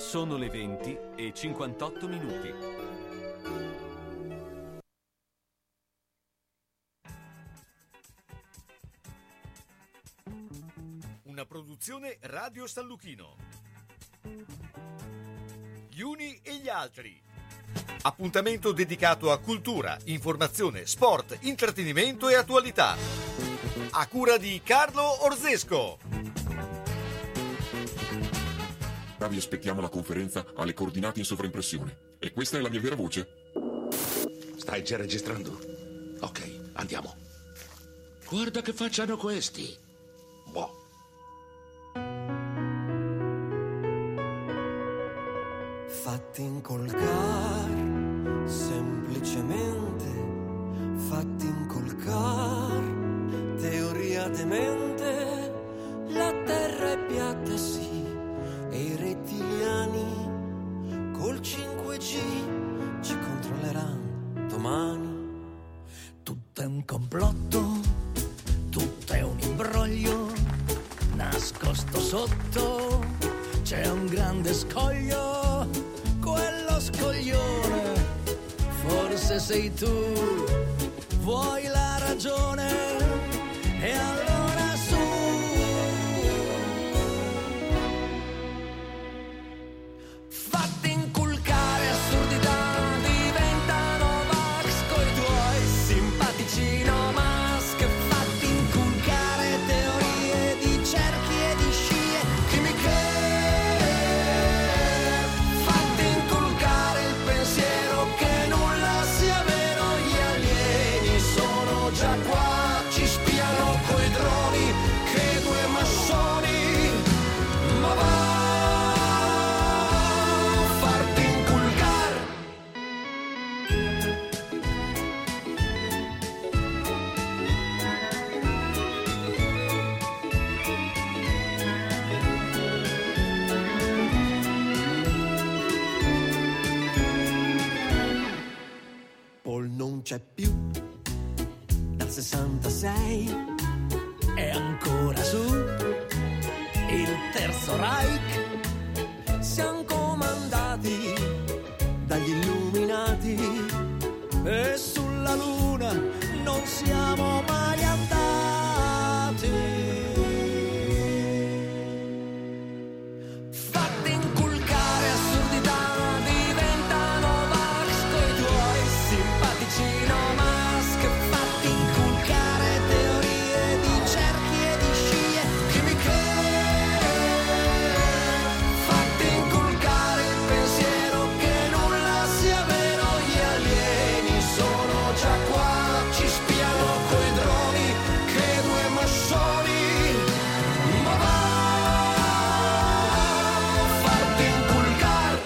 Sono le 20:58. Una produzione Radio San Luchino. Gli uni e gli altri. Appuntamento dedicato a cultura, informazione, sport, intrattenimento e attualità. A cura di Carlo Orzesco. Vi aspettiamo la conferenza alle coordinate in sovraimpressione. E questa è la mia vera voce. Stai già registrando? Ok, andiamo. Guarda che facciano questi. Boh. Fatti incolcar, semplicemente fatti incolcar, teoria demente, la terra è piatta sì, e i rettiliani col 5G ci controlleranno domani. Tutto è un complotto, tutto è un imbroglio, nascosto sotto c'è un grande scoglio, quello scoglione, forse sei tu, vuoi la ragione, e allora su. Fatti inculcare assurdità, diventano vax coi tuoi simpatici no mask, fatti inculcare teorie di cerchi e di scie chimiche. Già qua ci spiano coi droni, che due massoni, ma va a farti inculcar. Paul non c'è più 66 è ancora su il Terzo Reich, siamo comandati dagli illuminati e sulla Luna non siamo mai andati. Fatti inculcare assurdità, diventano vax coi tuoi simpatici no mask, fatti inculcare teorie di cerchi e di scie chimiche, fatti inculcare il pensiero che nulla sia vero, gli alieni sono già qua, ci spiano coi droni, che due massoni, ma va a farti inculcare.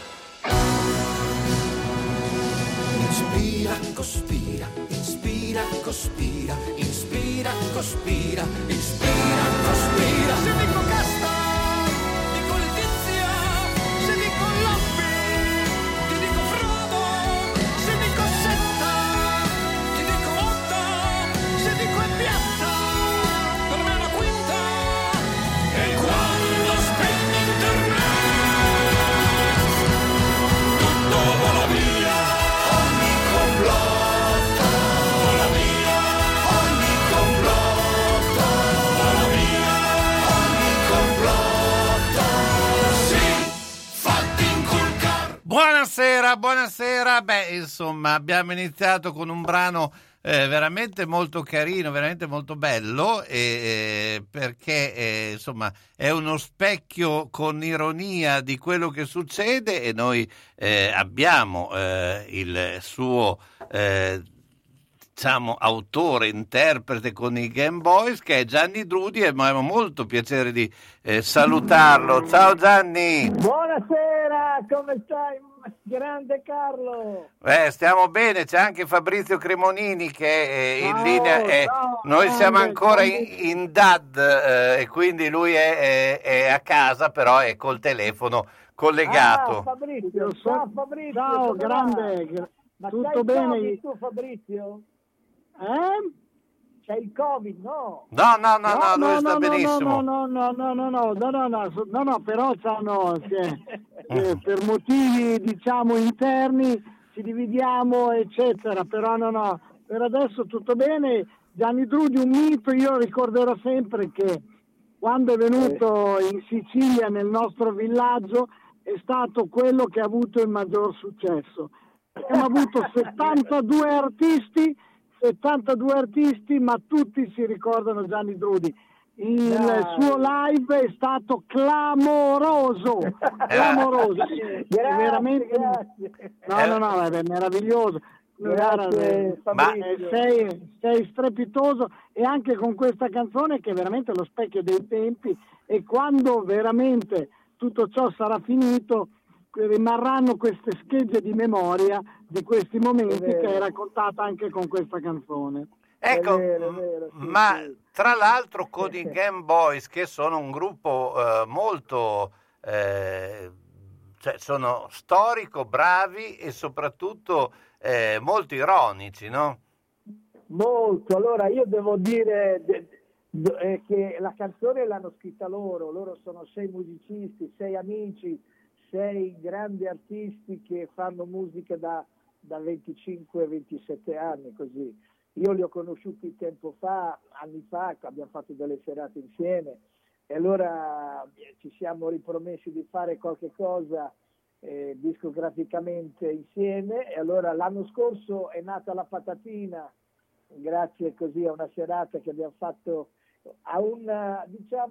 Inspira, cospira, inspira, cospira, inspira, cospira, ispira, cospira. Se dico casta, dico Letizia, se dico Lobby, ti dico Frodo, se dico Setta, ti dico Otta, se dico è piatta, per me è una quinta. E quando spegni internet, tutto vola via, ogni complotto vola via, ogni complotto vola via, ogni complotto, sì, fatti inculcar. Buonasera. Beh, insomma, abbiamo iniziato con un brano veramente molto carino, veramente molto bello, perché insomma è uno specchio con ironia di quello che succede, e noi abbiamo il suo diciamo autore, interprete con i Game Boys, che è Gianni Drudi, e mi ha molto piacere di salutarlo. Ciao Gianni. Buonasera, come stai? Grande Carlo. Stiamo bene, c'è anche Fabrizio Cremonini che è in linea, noi grande, siamo ancora grande. in DAD, e quindi lui è a casa, però è col telefono collegato. Fabrizio, ciao Fabrizio. Ciao, come grande, va? Ma tutto c'hai il bene? Covid tu, Fabrizio? C'hai il Covid, no? No, lui sta benissimo. No, però per motivi diciamo interni ci dividiamo eccetera, però no, per adesso tutto bene. Gianni Drudi un mito, io ricorderò sempre che quando è venuto in Sicilia nel nostro villaggio è stato quello che ha avuto il maggior successo. Abbiamo avuto 72 artisti, ma tutti si ricordano Gianni Drudi. Il suo live è stato clamoroso. Grazie, veramente grazie. No, è meraviglioso. Grazie, Fabrizio. Sei strepitoso, e anche con questa canzone che è veramente lo specchio dei tempi, e quando veramente tutto ciò sarà finito rimarranno queste schegge di memoria di questi momenti che hai raccontato anche con questa canzone. Ecco, È vero, sì, ma sì. tra l'altro con i Game Boys, che sono un gruppo molto, cioè sono storico, bravi e soprattutto molto ironici, no? Molto. Allora io devo dire che la canzone l'hanno scritta loro sono 6 musicisti, 6 amici, 6 grandi artisti che fanno musica da 25-27 anni, così. Io li ho conosciuti anni fa, abbiamo fatto delle serate insieme, e allora ci siamo ripromessi di fare qualche cosa discograficamente insieme, e allora l'anno scorso è nata la Patatina, grazie così a una serata che abbiamo fatto a una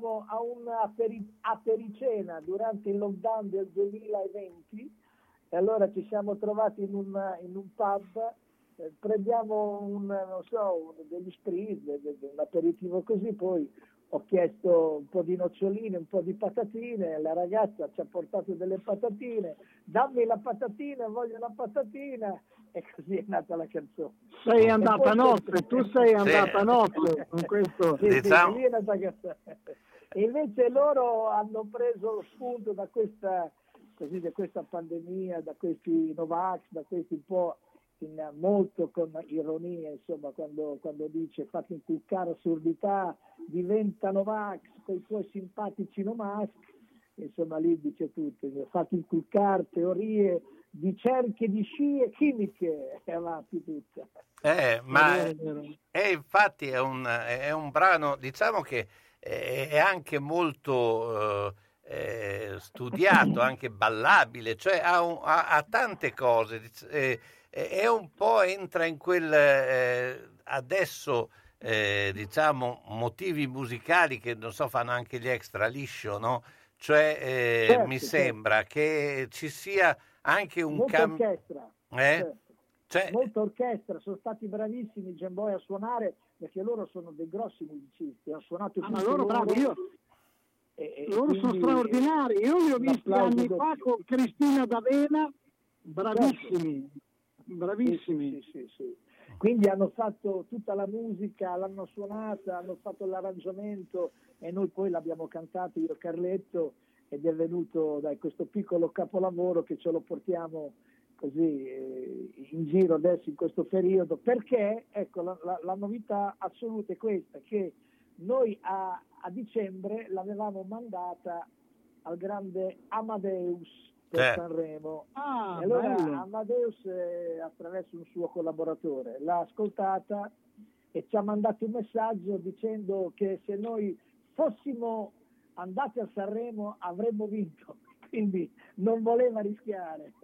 apericena durante il lockdown del 2020, e allora ci siamo trovati in un pub, prendiamo degli spritz, un aperitivo così, poi ho chiesto un po' di noccioline, un po' di patatine, la ragazza ci ha portato delle patatine, dammi la patatina, voglio la patatina, e così è nata la canzone. Sei andata a nozze, tu sei andata a nozze con questo. Sì, Diciamo- così è nata la canzone. E invece loro hanno preso spunto da questa pandemia, da questi Novax, da questi un po' molto con ironia, insomma, quando dice fatti inculcare assurdità, diventa Novax con i tuoi simpatici Nomax, insomma lì dice tutto, fatti inculcare teorie di cerche di scie chimiche, e avanti tutta. Ma È vero. infatti è un brano, diciamo che è anche molto studiato, anche ballabile, cioè ha tante cose, è un po' entra in quel adesso diciamo motivi musicali che non so fanno anche gli extra liscio, no? Cioè Certo, mi certo. sembra che ci sia anche un Molta cambio. orchestra. Certo. Cioè, Molta orchestra, sono stati bravissimi i Jam Boy a suonare, perché loro sono dei grossi musicisti, hanno suonato Ma tutti loro bravi, loro sono quindi straordinari. Io li ho un visti applauso anni doppio. fa con Cristina D'Avena, bravissimi, bravissimi. Sì. Quindi hanno fatto tutta la musica, l'hanno suonata, hanno fatto l'arrangiamento, e noi poi l'abbiamo cantato io e Carletto, ed è venuto questo piccolo capolavoro che ce lo portiamo così in giro adesso in questo periodo, perché ecco la novità assoluta è questa, che noi a dicembre l'avevamo mandata al grande Amadeus per Sanremo, e allora bello. Amadeus attraverso un suo collaboratore l'ha ascoltata e ci ha mandato un messaggio dicendo che se noi fossimo andati a Sanremo avremmo vinto, quindi non voleva rischiare.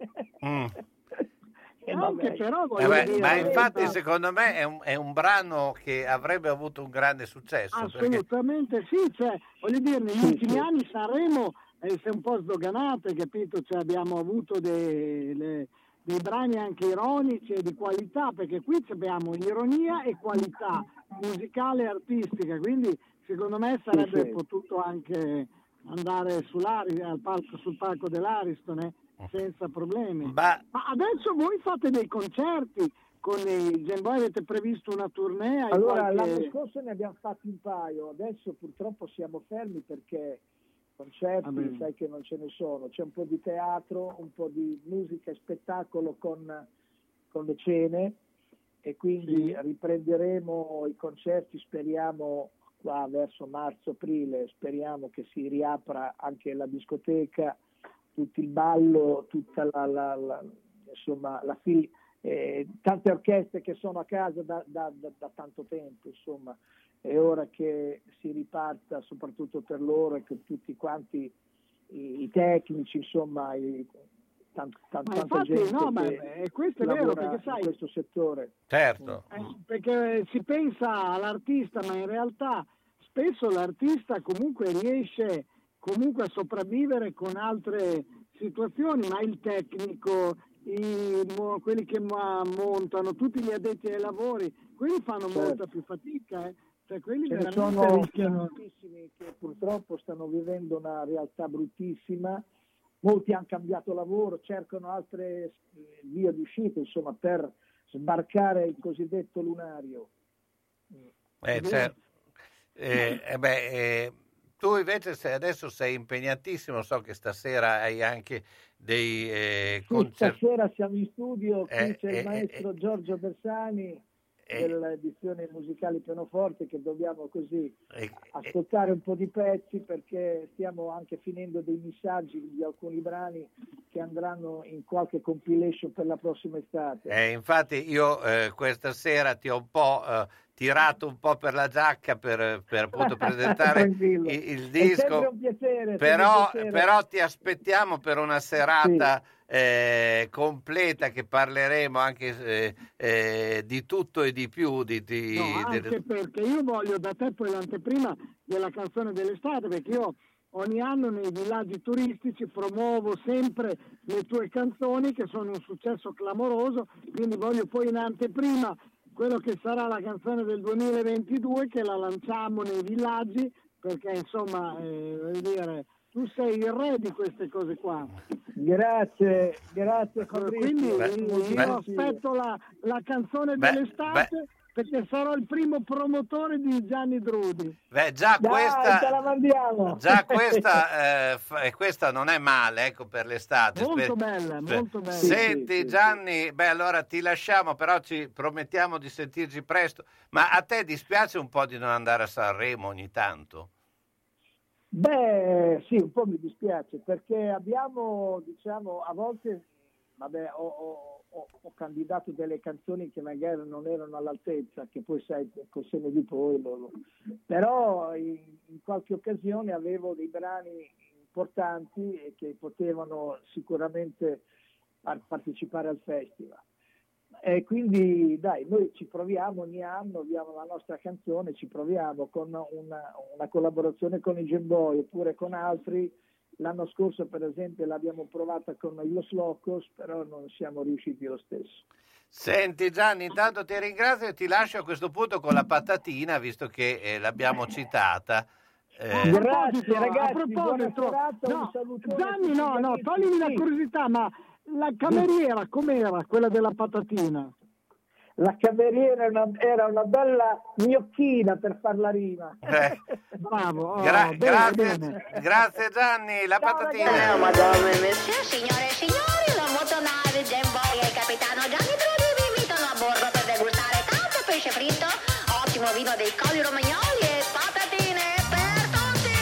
E Anche vabbè. però voglio dire, ma infatti eh, secondo me è un brano che avrebbe avuto un grande successo, perché assolutamente sì, cioè, voglio dire, negli ultimi anni Sanremo si è un po' sdoganata, capito? Cioè, abbiamo avuto dei brani anche ironici e di qualità, perché qui abbiamo ironia e qualità musicale e artistica, quindi secondo me sarebbe potuto anche andare sul palco dell'Ariston senza problemi. Ma adesso voi fate dei concerti con i Jam Boy, avete previsto una tournée? Allora, l'anno scorso ne abbiamo fatti un paio, adesso purtroppo siamo fermi perché concerti sai che non ce ne sono, c'è un po' di teatro, un po' di musica e spettacolo con le cene, e quindi riprenderemo i concerti, speriamo qua verso marzo-aprile, speriamo che si riapra anche la discoteca, tutto il ballo, tutta insomma tante orchestre che sono a casa da tanto tempo, insomma è ora che si riparta soprattutto per loro e per tutti quanti i tecnici, insomma tanta infatti, gente questo è vero, perché sai, in questo settore. Certo. Perché si pensa all'artista, ma in realtà spesso l'artista comunque riesce comunque a sopravvivere con altre situazioni, ma il tecnico, quelli che montano, tutti gli addetti ai lavori, quelli fanno molta più fatica, Cioè, quelli Ce ne veramente sono rischiano. tantissimi che purtroppo stanno vivendo una realtà bruttissima. Molti hanno cambiato lavoro, cercano altre vie di uscita, insomma, per sbarcare il cosiddetto lunario. Certo. Tu invece adesso sei impegnatissimo, so che stasera hai anche dei concerti. Stasera siamo in studio, qui c'è il maestro Giorgio Bersani dell'edizione musicale pianoforte, che dobbiamo così ascoltare un po' di pezzi, perché stiamo anche finendo dei messaggi di alcuni brani che andranno in qualche compilation per la prossima estate. Infatti io questa sera ti ho un po' tirato un po' per la giacca per appunto presentare il disco. È sempre un piacere, però ti aspettiamo per una serata completa, che parleremo anche di tutto e di più. Anche perché io voglio da te poi l'anteprima della canzone dell'estate, perché io ogni anno nei villaggi turistici promuovo sempre le tue canzoni, che sono un successo clamoroso, quindi voglio poi in anteprima quello che sarà la canzone del 2022, che la lanciamo nei villaggi, perché insomma voglio dire, tu sei il re di queste cose qua. Grazie Fabrizio. Quindi io aspetto la canzone dell'estate, perché sarò il primo promotore di Gianni Drudi. Già questa, te la mandiamo. Già questa non è male, ecco, per l'estate. Molto bella. Senti Gianni, allora ti lasciamo, però ci promettiamo di sentirci presto. Ma a te dispiace un po' di non andare a Sanremo ogni tanto? Sì, un po' mi dispiace, perché abbiamo, diciamo, a volte, ho candidato delle canzoni che magari non erano all'altezza, che poi sai, col senno di poi, però in qualche occasione avevo dei brani importanti e che potevano sicuramente partecipare al festival. E quindi dai, noi ci proviamo ogni anno, abbiamo la nostra canzone, ci proviamo con una collaborazione con i Gemboy oppure con altri. L'anno scorso per esempio l'abbiamo provata con Los Locos, però non siamo riusciti lo stesso. Senti Gianni, intanto ti ringrazio e ti lascio a questo punto con la patatina, visto che l'abbiamo citata. Grazie ragazzi, a proposito, un saluto. Gianni, no, toglimi la curiosità, ma la cameriera com'era, quella della patatina? La cameriera era una bella gnocchina, per far la rima. Bravo. Grazie Gianni, la patatina. Madame e messieurs, signore e signori, la motonave Gemboy e il capitano Gianni Drudi vi invitano a bordo per degustare tanto pesce fritto, ottimo vino dei Colli Romagnoli e patatine per tutti.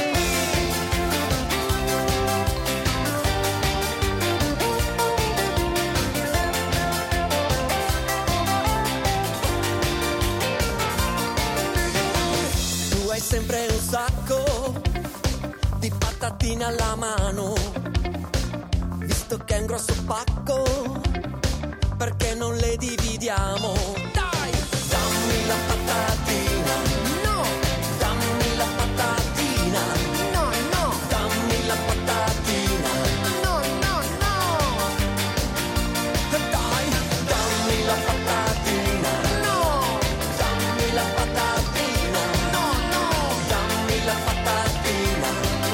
Tu hai sempre un sacco di patatine alla mano, visto che è un grosso pacco, perché non le dividiamo? Dai, dammi la patatina, no, dammi la patatina, no, dammi la patatina, no. Dai, dammi la patatina, no, dammi la patatina, no, dammi la patatina,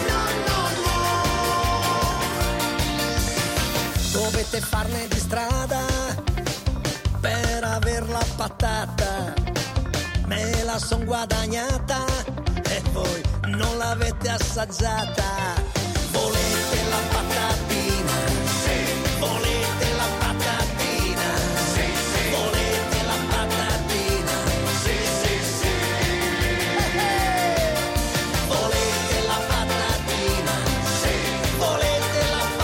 no. Dovete farne di strada per aver la patata, me la son guadagnata e voi non l'avete assaggiata. Volete la patatina? Sì. Volete la patatina? Sì. Volete la patatina? Sì. Volete la patatina? Sì. Volete la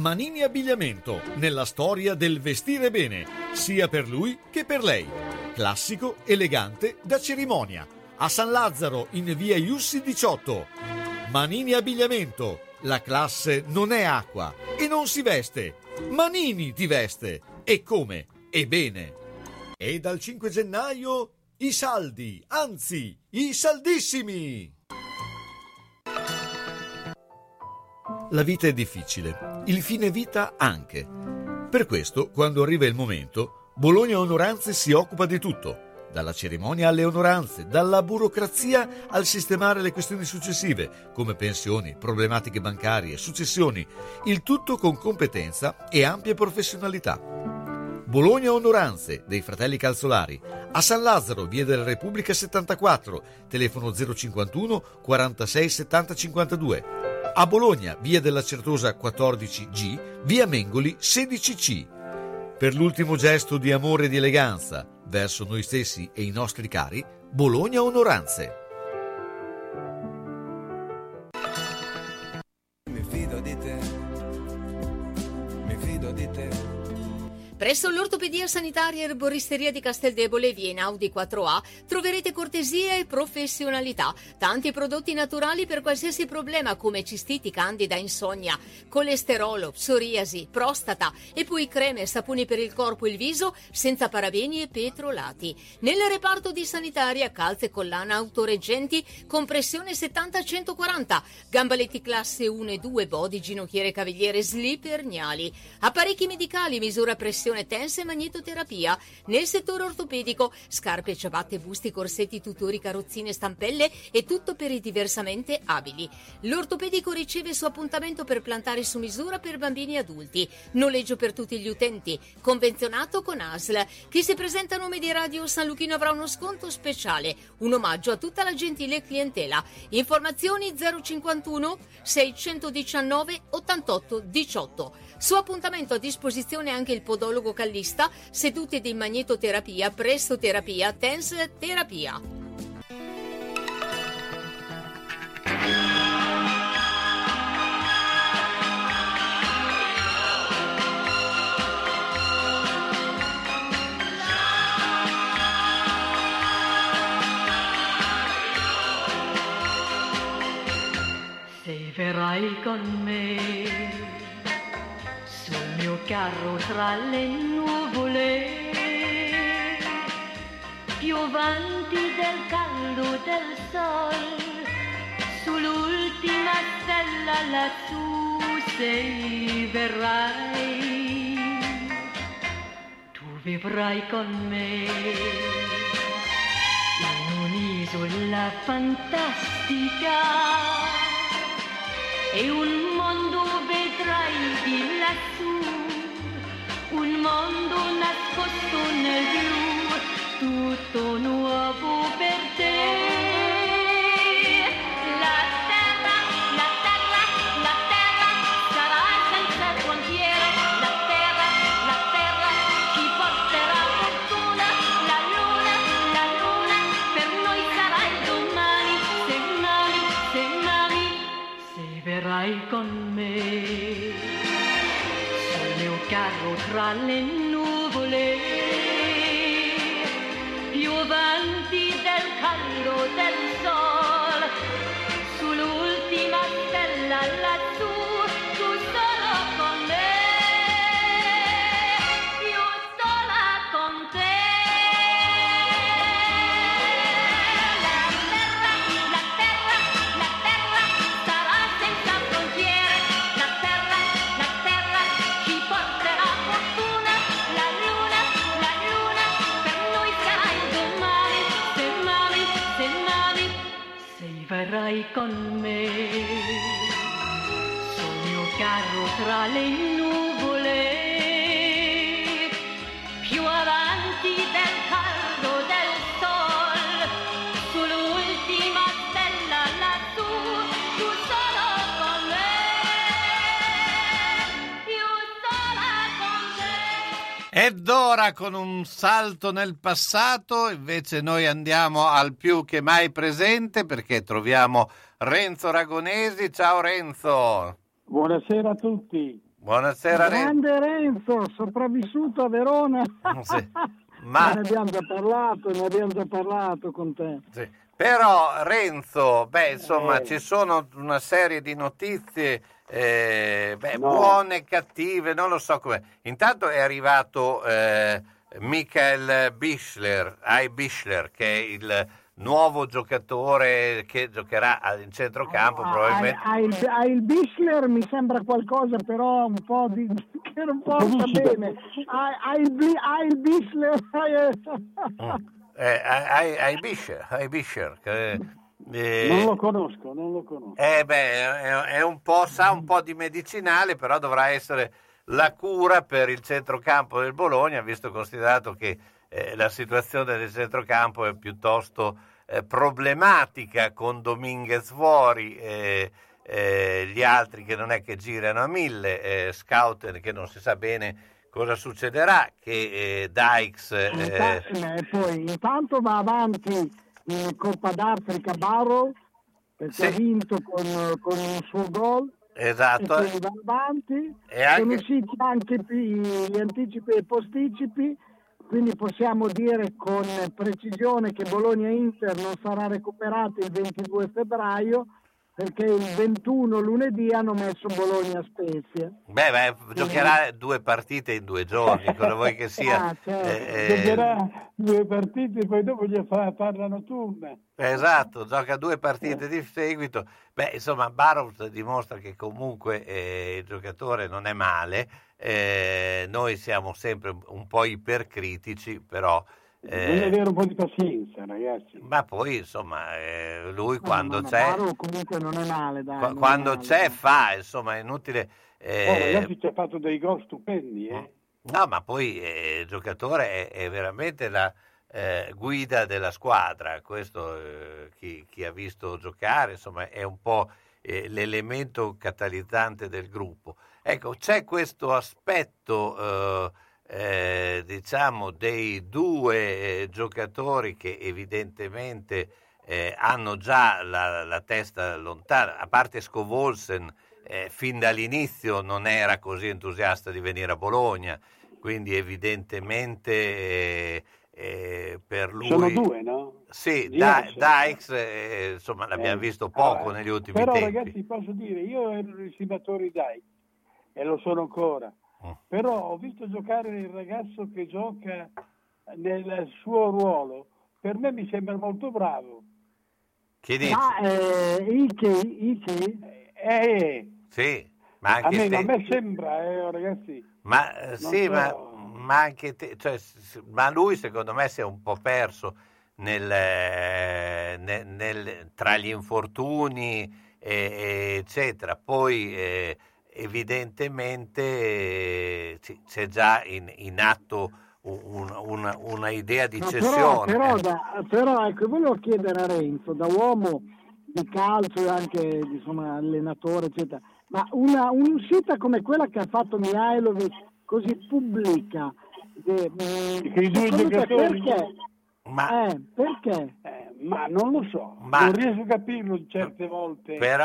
Manini Abbigliamento, nella storia del vestire bene, sia per lui che per lei. Classico, elegante, da cerimonia. A San Lazzaro, in via Iussi 18. Manini Abbigliamento, la classe non è acqua e non si veste. Manini ti veste. E come? E bene. E dal 5 gennaio i saldi, anzi, i saldissimi! La vita è difficile, il fine vita anche. Per questo, quando arriva il momento, Bologna Onoranze si occupa di tutto. Dalla cerimonia alle onoranze, dalla burocrazia al sistemare le questioni successive, come pensioni, problematiche bancarie, successioni, il tutto con competenza e ampia professionalità. Bologna Onoranze, dei fratelli Calzolari, a San Lazzaro, via della Repubblica 74, telefono 051 46 70 52. A Bologna, via della Certosa 14G, via Mengoli 16C. Per l'ultimo gesto di amore e di eleganza verso noi stessi e i nostri cari, Bologna Onoranze. Mi fido di te, mi fido di te. Presso l'Ortopedia Sanitaria e Erboristeria di Casteldebole, via Einaudi 4A, troverete cortesia e professionalità. Tanti prodotti naturali per qualsiasi problema come cistiti, candida, insonnia, colesterolo, psoriasi, prostata e poi creme e saponi per il corpo e il viso senza parabeni e petrolati. Nel reparto di sanitaria, calze, collana, autoreggenti, compressione 70-140, gambaletti classe 1 e 2, body, ginocchiere, cavigliere, slip erniali, apparecchi medicali, misura pressione tense e magnetoterapia. Nel settore ortopedico, scarpe, ciabatte, busti, corsetti, tutori, carrozzine, stampelle e tutto per i diversamente abili. L'ortopedico riceve su appuntamento per plantare su misura per bambini e adulti. Noleggio per tutti gli utenti. Convenzionato con ASL. Chi si presenta a nome di Radio San Luchino avrà uno sconto speciale. Un omaggio a tutta la gentile clientela. Informazioni 051 619 88 18. Su appuntamento a disposizione anche il podologo callista, sedute di magnetoterapia, prestoterapia, tense terapia. Se verrai con me sul mio carro tra le nuvole, piovanti del caldo del sol, sull'ultima stella lassù se verrai, tu vivrai con me in un'isola fantastica. E un mondo vedrai di lassù, un mondo nascosto nel blu, tutto nuovo per te. La terra sarà senza frontiere, la terra ci porterà fortuna, la luna per noi sarà il domani, se verrai con me sul mio carro tra le nuvole, più avanti del caldo del sol, sull'ultima stella lassù, tu solo con me, io sola con te. Verrai con me sul mio carro tra le nuvole, più avanti del caldo del sol, sull'ultima stella lassù, tu solo con me, io sola con te. Ed ora, con un salto nel passato, invece noi andiamo al più che mai presente, perché troviamo Renzo Ragonesi. Ciao Renzo. Buonasera a tutti. Buonasera Renzo. Grande Renzo, sopravvissuto a Verona. Sì. Ma ne abbiamo già parlato con te. sì. Però Renzo, insomma, ci sono una serie di notizie buone e cattive, non lo so come. Intanto è arrivato Michael Bischler, che è il nuovo giocatore che giocherà in centrocampo probabilmente. A il Bischler mi sembra qualcosa, però un po' che non porta bene. A il Bischler. Ai Bischer che, non lo conosco. È un po', sa un po' di medicinale, però dovrà essere la cura per il centrocampo del Bologna, visto considerato che la situazione del centrocampo è piuttosto problematica, con Dominguez fuori, gli altri che non è che girano a mille, Scouten che non si sa bene cosa succederà, che Dykes poi intanto va avanti in Coppa d'Africa Barrow, perché ha vinto con un suo gol. Esatto. E poi va avanti, sono usciti anche gli anticipi e i posticipi, quindi possiamo dire con precisione che Bologna-Inter non sarà recuperata il 22 febbraio, perché il 21 lunedì hanno messo Bologna-Spezia. Giocherà 2 partite in 2 giorni, cosa vuoi che sia? Giocherà 2 partite e poi dopo gli parlano turne. Esatto, gioca 2 partite di seguito. Insomma, Barros dimostra che comunque il giocatore non è male. Noi siamo sempre un po' ipercritici, però bisogna avere un po' di pazienza, ragazzi. Ma poi insomma lui quando c'è comunque non è male, dai, quando c'è fa, insomma, è inutile. Ragazzi, ci ha fatto dei gol stupendi, No, ma poi il giocatore è veramente la guida della squadra. Questo chi ha visto giocare, insomma, è un po' l'elemento catalizzante del gruppo. Ecco, c'è questo aspetto diciamo dei 2 giocatori che evidentemente hanno già la testa lontana, a parte Scovolsen, fin dall'inizio non era così entusiasta di venire a Bologna, quindi evidentemente per lui sono 2, no? Sì, Dykes insomma l'abbiamo visto poco negli ultimi però, tempi. Ragazzi, posso dire, io ero un estimatore di Dykes e lo sono ancora. Però ho visto giocare il ragazzo che gioca nel suo ruolo, per me mi sembra molto bravo. Chi dice? Ike? Sì, ma anche a me sembra, ragazzi. Ma sì, so. ma anche te, cioè, ma lui secondo me si è un po' perso tra gli infortuni eccetera. Poi evidentemente c'è già in atto una idea di cessione. Però ecco, volevo chiedere a Renzo, da uomo di calcio e anche insomma allenatore eccetera, ma un'uscita come quella che ha fatto Mihajlovic, così pubblica, i 2 giocatori, perché? Ma non lo so, non riesco a capirlo certe volte. Però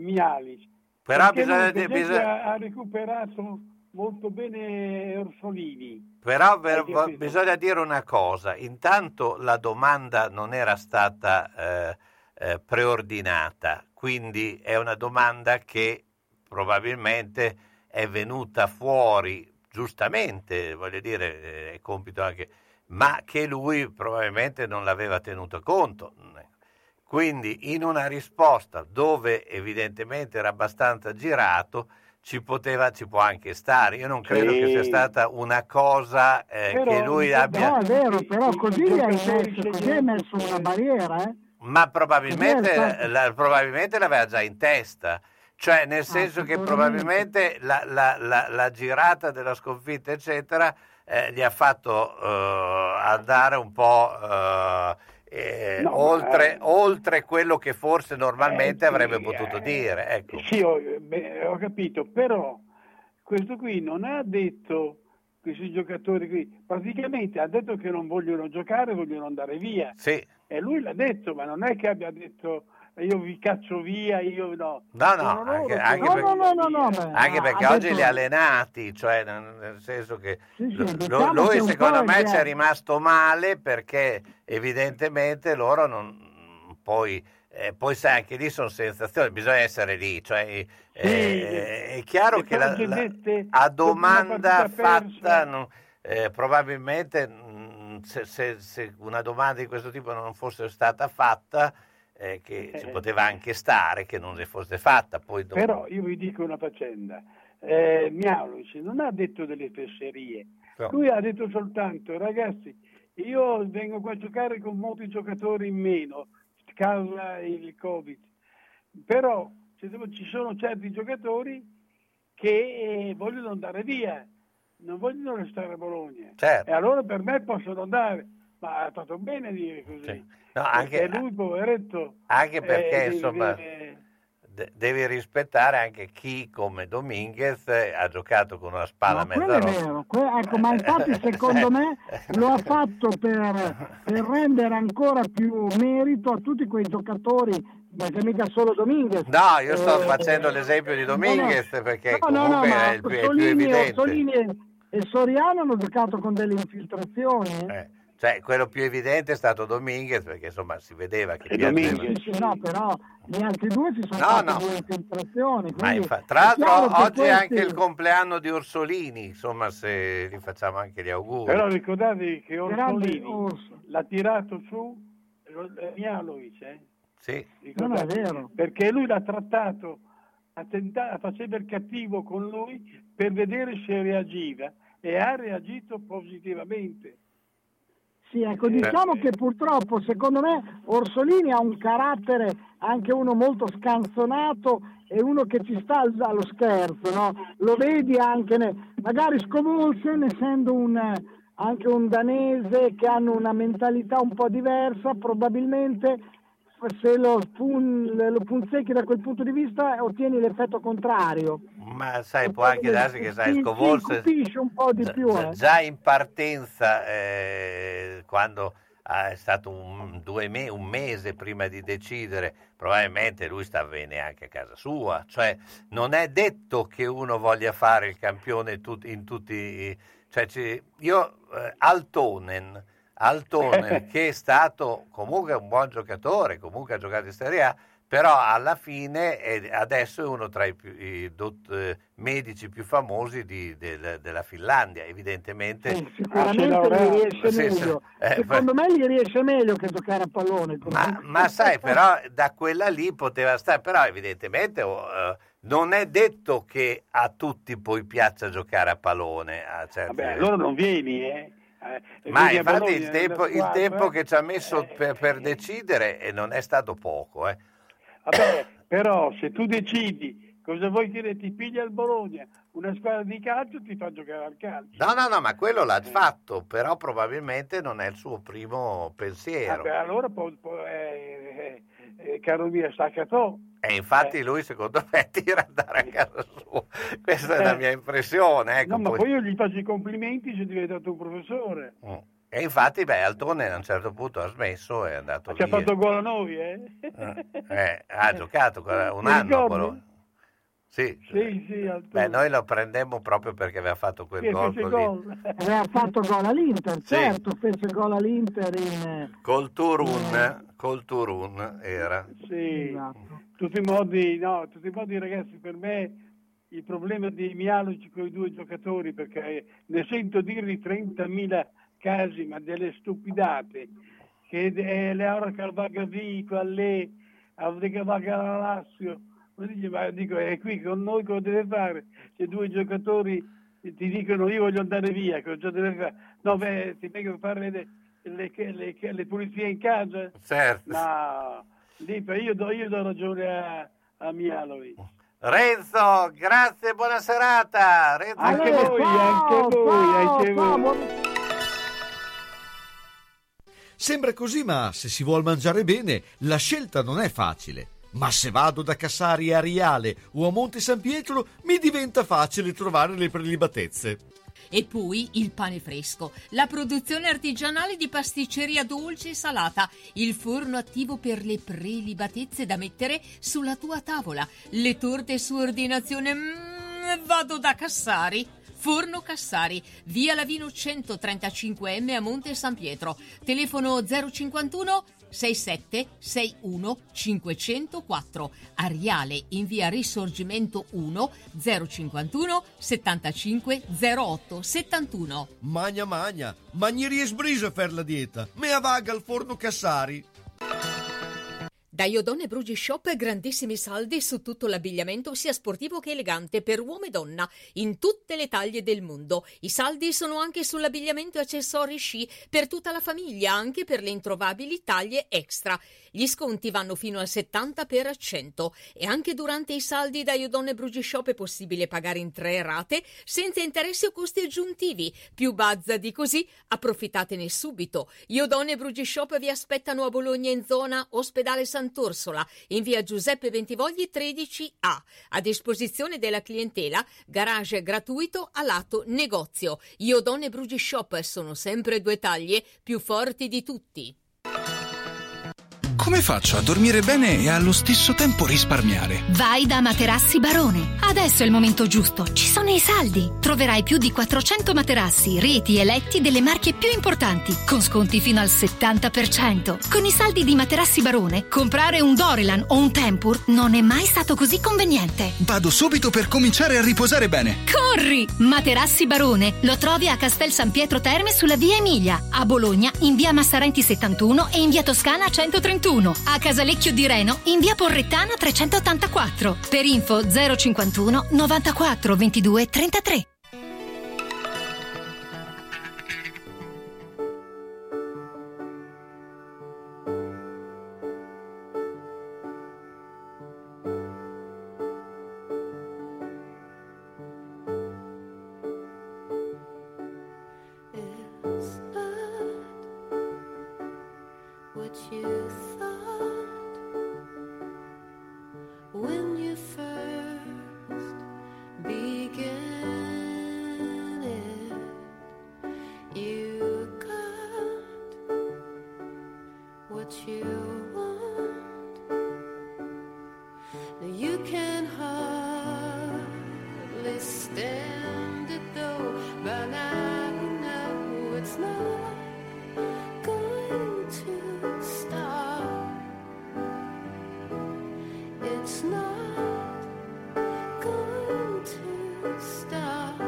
ha recuperato molto bene Orsolini. Però bisogna dire una cosa: intanto la domanda non era stata preordinata, quindi è una domanda che probabilmente è venuta fuori giustamente, voglio dire, è compito anche, ma che lui probabilmente non l'aveva tenuto conto. Quindi in una risposta dove evidentemente era abbastanza girato ci può anche stare. Io non credo che sia stata una cosa che lui abbia... No, è vero, però così hai messo una barriera, Ma probabilmente l'aveva già in testa. Cioè, nel senso che probabilmente la girata della sconfitta, eccetera, gli ha fatto andare un po' oltre quello che forse normalmente avrebbe potuto dire. Ecco. Sì, ho capito, però questo qui non ha detto, questi giocatori qui, praticamente ha detto che non vogliono giocare, vogliono andare via. Sì. E lui l'ha detto, ma non è che abbia detto io vi caccio via, io no. No, anche perché oggi li ha allenati, cioè nel senso che diciamo lui che un secondo po' me è- ci è rimasto male perché evidentemente loro non poi sai, anche lì sono sensazioni, bisogna essere lì, cioè è chiaro le che precedette a dopo domanda una partita fatta probabilmente se una domanda di questo tipo non fosse stata fatta che ci poteva anche stare che non si fosse fatta poi dopo. Però io vi dico una faccenda, Miaulic non ha detto delle fesserie, No. lui ha detto soltanto ragazzi io vengo qua a giocare con molti giocatori in meno causa il Covid, però ci sono certi giocatori che vogliono andare via, non vogliono restare a Bologna, Certo. e allora per me possono andare, ma ha fatto bene a dire così. Sì. No, anche- perché lui poveretto anche perché insomma deve- devi rispettare anche chi come Dominguez ha giocato con una spalla No, mezza quello è rotta. vero, ecco, ma infatti secondo me lo ha fatto per rendere ancora più merito a tutti quei giocatori, perché mica solo Dominguez. No, io sto facendo l'esempio di Dominguez perché comunque ma è il più Orsolini evidente. e Soriano hanno giocato con delle infiltrazioni. Cioè, quello più evidente è stato Dominguez perché insomma si vedeva che piaceva. Sì, no, però gli altri due si sono No, fatti no. due infiltrazioni. Ma quindi tra è chiaro l'altro che oggi è anche questi- il compleanno di Orsolini, insomma se gli facciamo anche gli auguri. Però ricordatevi che Grande Orsolini l'ha tirato su Miaulic, Sì. Non è vero. Perché lui l'ha trattato, faceva il cattivo con lui per vedere se reagiva e ha reagito positivamente. Sì, ecco, diciamo che purtroppo, secondo me, Orsolini ha un carattere anche uno molto scanzonato e uno che ci sta allo scherzo, no? Lo vedi anche, magari Scovolsen, essendo anche un danese che hanno una mentalità un po' diversa, probabilmente se lo punzecchi da quel punto di vista ottieni l'effetto contrario. Ma sai, può anche darsi che sai, Ti Scovolse incupisce un po' di più. già in partenza, quando è stato un mese prima di decidere, probabilmente lui sta bene anche a casa sua. Cioè, non è detto che uno voglia fare il campione in tutti. Cioè, Altonen, che è stato comunque un buon giocatore, comunque ha giocato in Serie A, però alla fine adesso è uno tra i medici più famosi della Finlandia, evidentemente. Sicuramente gli riesce meglio. Secondo me gli riesce meglio che giocare a pallone. Ma sai, però da quella lì poteva stare, però evidentemente non è detto che a tutti poi piaccia giocare a pallone. Vabbè, allora non vieni, Ma Vieni a infatti Bologna, il tempo che ci ha messo per decidere non è stato poco. Vabbè, però se tu decidi cosa vuoi che ti piglia il Bologna, una squadra di calcio ti fa giocare al calcio. No, ma quello l'ha fatto, però probabilmente non è il suo primo pensiero. Vabbè, allora caro mio, staccato. E infatti lui secondo me tira andare a casa sua, questa è la mia impressione. Ecco, No, ma poi io gli faccio i complimenti se è diventato un professore. E infatti Altone a un certo punto ha smesso e è andato Ci ha via. fatto gol a noi, Ha giocato un Ti anno a ricordi? Bologna. Sì. Sì, Beh, noi lo prendemmo proprio perché aveva fatto quel gol così. Aveva fatto gol all'Inter, Sì. certo, fece gol all'Inter in... Col Turun era. Sì, Esatto. tutti i modi, ragazzi, per me il problema di Miaulic con i due giocatori, perché ne sento dire di 30.000 casi, ma delle stupidate, che le ora che va via, quelle, che va a Lazio, ma dico, è qui con noi cosa deve fare? Se due giocatori ti dicono io voglio andare via, cosa deve fare? No, ti vengono a fare le pulizie in casa? Certo. No, lì io do ragione a Miaulic. Renzo, grazie, buona serata. Renzo, Anche voi. Sembra così, ma se si vuol mangiare bene, la scelta non è facile. Ma se vado da Cassari a Riale o a Monte San Pietro, mi diventa facile trovare le prelibatezze. E poi il pane fresco, la produzione artigianale di pasticceria dolce e salata, il forno attivo per le prelibatezze da mettere sulla tua tavola, le torte su ordinazione. Vado da Cassari. Forno Cassari, via Lavino 135M a Monte San Pietro. Telefono 051 67 61 504. Ariale in via Risorgimento 1 051 75 08 71. Magna, magnerie sbrisa per la dieta. Me avaga al forno Cassari. Da Iodone Brugi Shop grandissimi saldi su tutto l'abbigliamento sia sportivo che elegante per uomo e donna in tutte le taglie del mondo. I saldi sono anche sull'abbigliamento e accessori sci per tutta la famiglia, anche per le introvabili taglie extra. Gli sconti vanno fino al 70% e anche durante i saldi da Iodone Brugi Shop è possibile pagare in 3 rate senza interessi o costi aggiuntivi. Più bazza di così, approfittatene subito. Iodone Brugi Shop vi aspettano a Bologna in zona Ospedale Sant'Orsola, in via Giuseppe Bentivogli 13A. A disposizione della clientela, garage gratuito a lato negozio. Iodone Brugi Shop sono sempre 2 taglie più forti di tutti. Come faccio a dormire bene e allo stesso tempo risparmiare? Vai da Materassi Barone. Adesso è il momento giusto. Ci sono i saldi. Troverai più di 400 materassi, reti e letti delle marche più importanti, con sconti fino al 70%. Con i saldi di Materassi Barone, comprare un Dorelan o un Tempur non è mai stato così conveniente. Vado subito per cominciare a riposare bene. Corri! Materassi Barone. Lo trovi a Castel San Pietro Terme sulla via Emilia, a Bologna in via Massarenti 71 e in via Toscana 131. A Casalecchio di Reno in via Porrettana 384. Per info 051 94 22 33. When you first began it, you got what you want. Now you can hardly stand it though, but now you know it's not going to stop. It's not going to stop.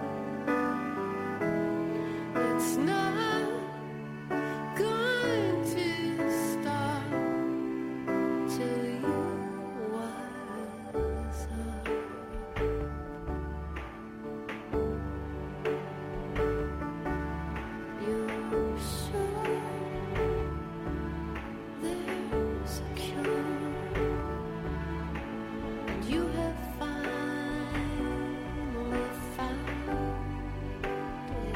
It's not going to stop till you wise up. You're sure there's a cure. You have finally found it.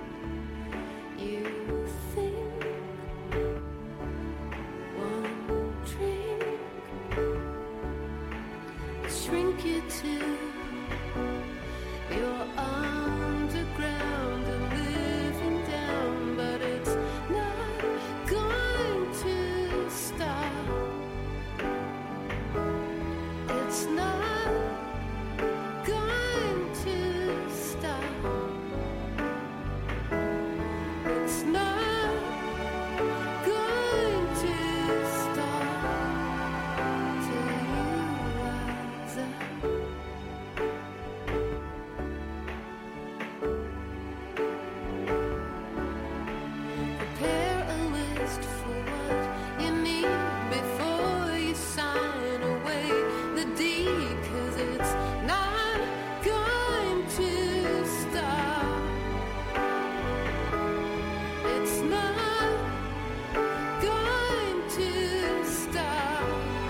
You think one drink shrink you to your underground and living down, but it's not going to stop. It's not going to stop. It's not going to stop till you rise up. Prepare a list for what you need before you sign away the deed, 'cause it's not going to stop. It's not going to stop.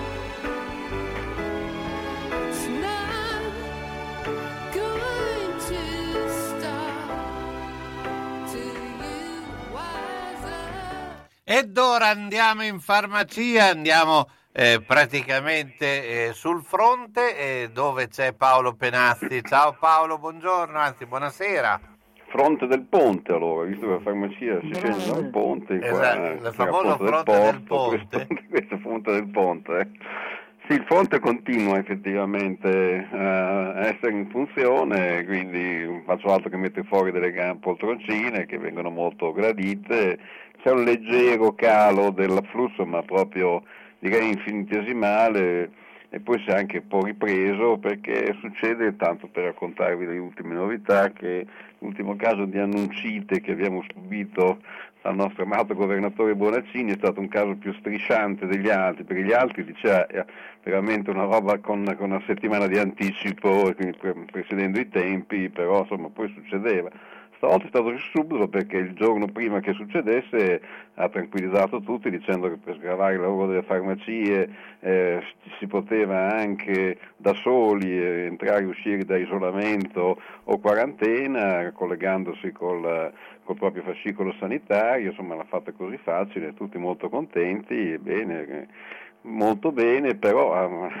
It's not going to stop till you wise up. Ed ora andiamo in farmacia, andiamo praticamente sul fronte dove c'è Paolo Penazzi. Ciao Paolo, buongiorno, anzi buonasera. Fronte del Ponte, allora, visto che la farmacia si scende dal ponte, Esatto, qua, il famoso Fronte del Ponte. Questo Fronte del Ponte. Sì, il fronte continua effettivamente a essere in funzione, quindi faccio altro che mettere fuori delle gran poltroncine che vengono molto gradite, c'è un leggero calo dell'afflusso, ma proprio direi infinitesimale, e poi si è anche un po' ripreso perché succede, tanto per raccontarvi le ultime novità, che l'ultimo caso di annuncite che abbiamo subito dal nostro amato governatore Bonaccini è stato un caso più strisciante degli altri, perché gli altri diceva veramente una roba con una settimana di anticipo, e quindi precedendo i tempi, però insomma poi succedeva. Stavolta è stato subito perché il giorno prima che succedesse ha tranquillizzato tutti dicendo che per sgravare il lavoro delle farmacie si poteva anche da soli entrare e uscire da isolamento o quarantena collegandosi col proprio fascicolo sanitario, insomma l'ha fatta così facile, tutti molto contenti, bene, molto bene, però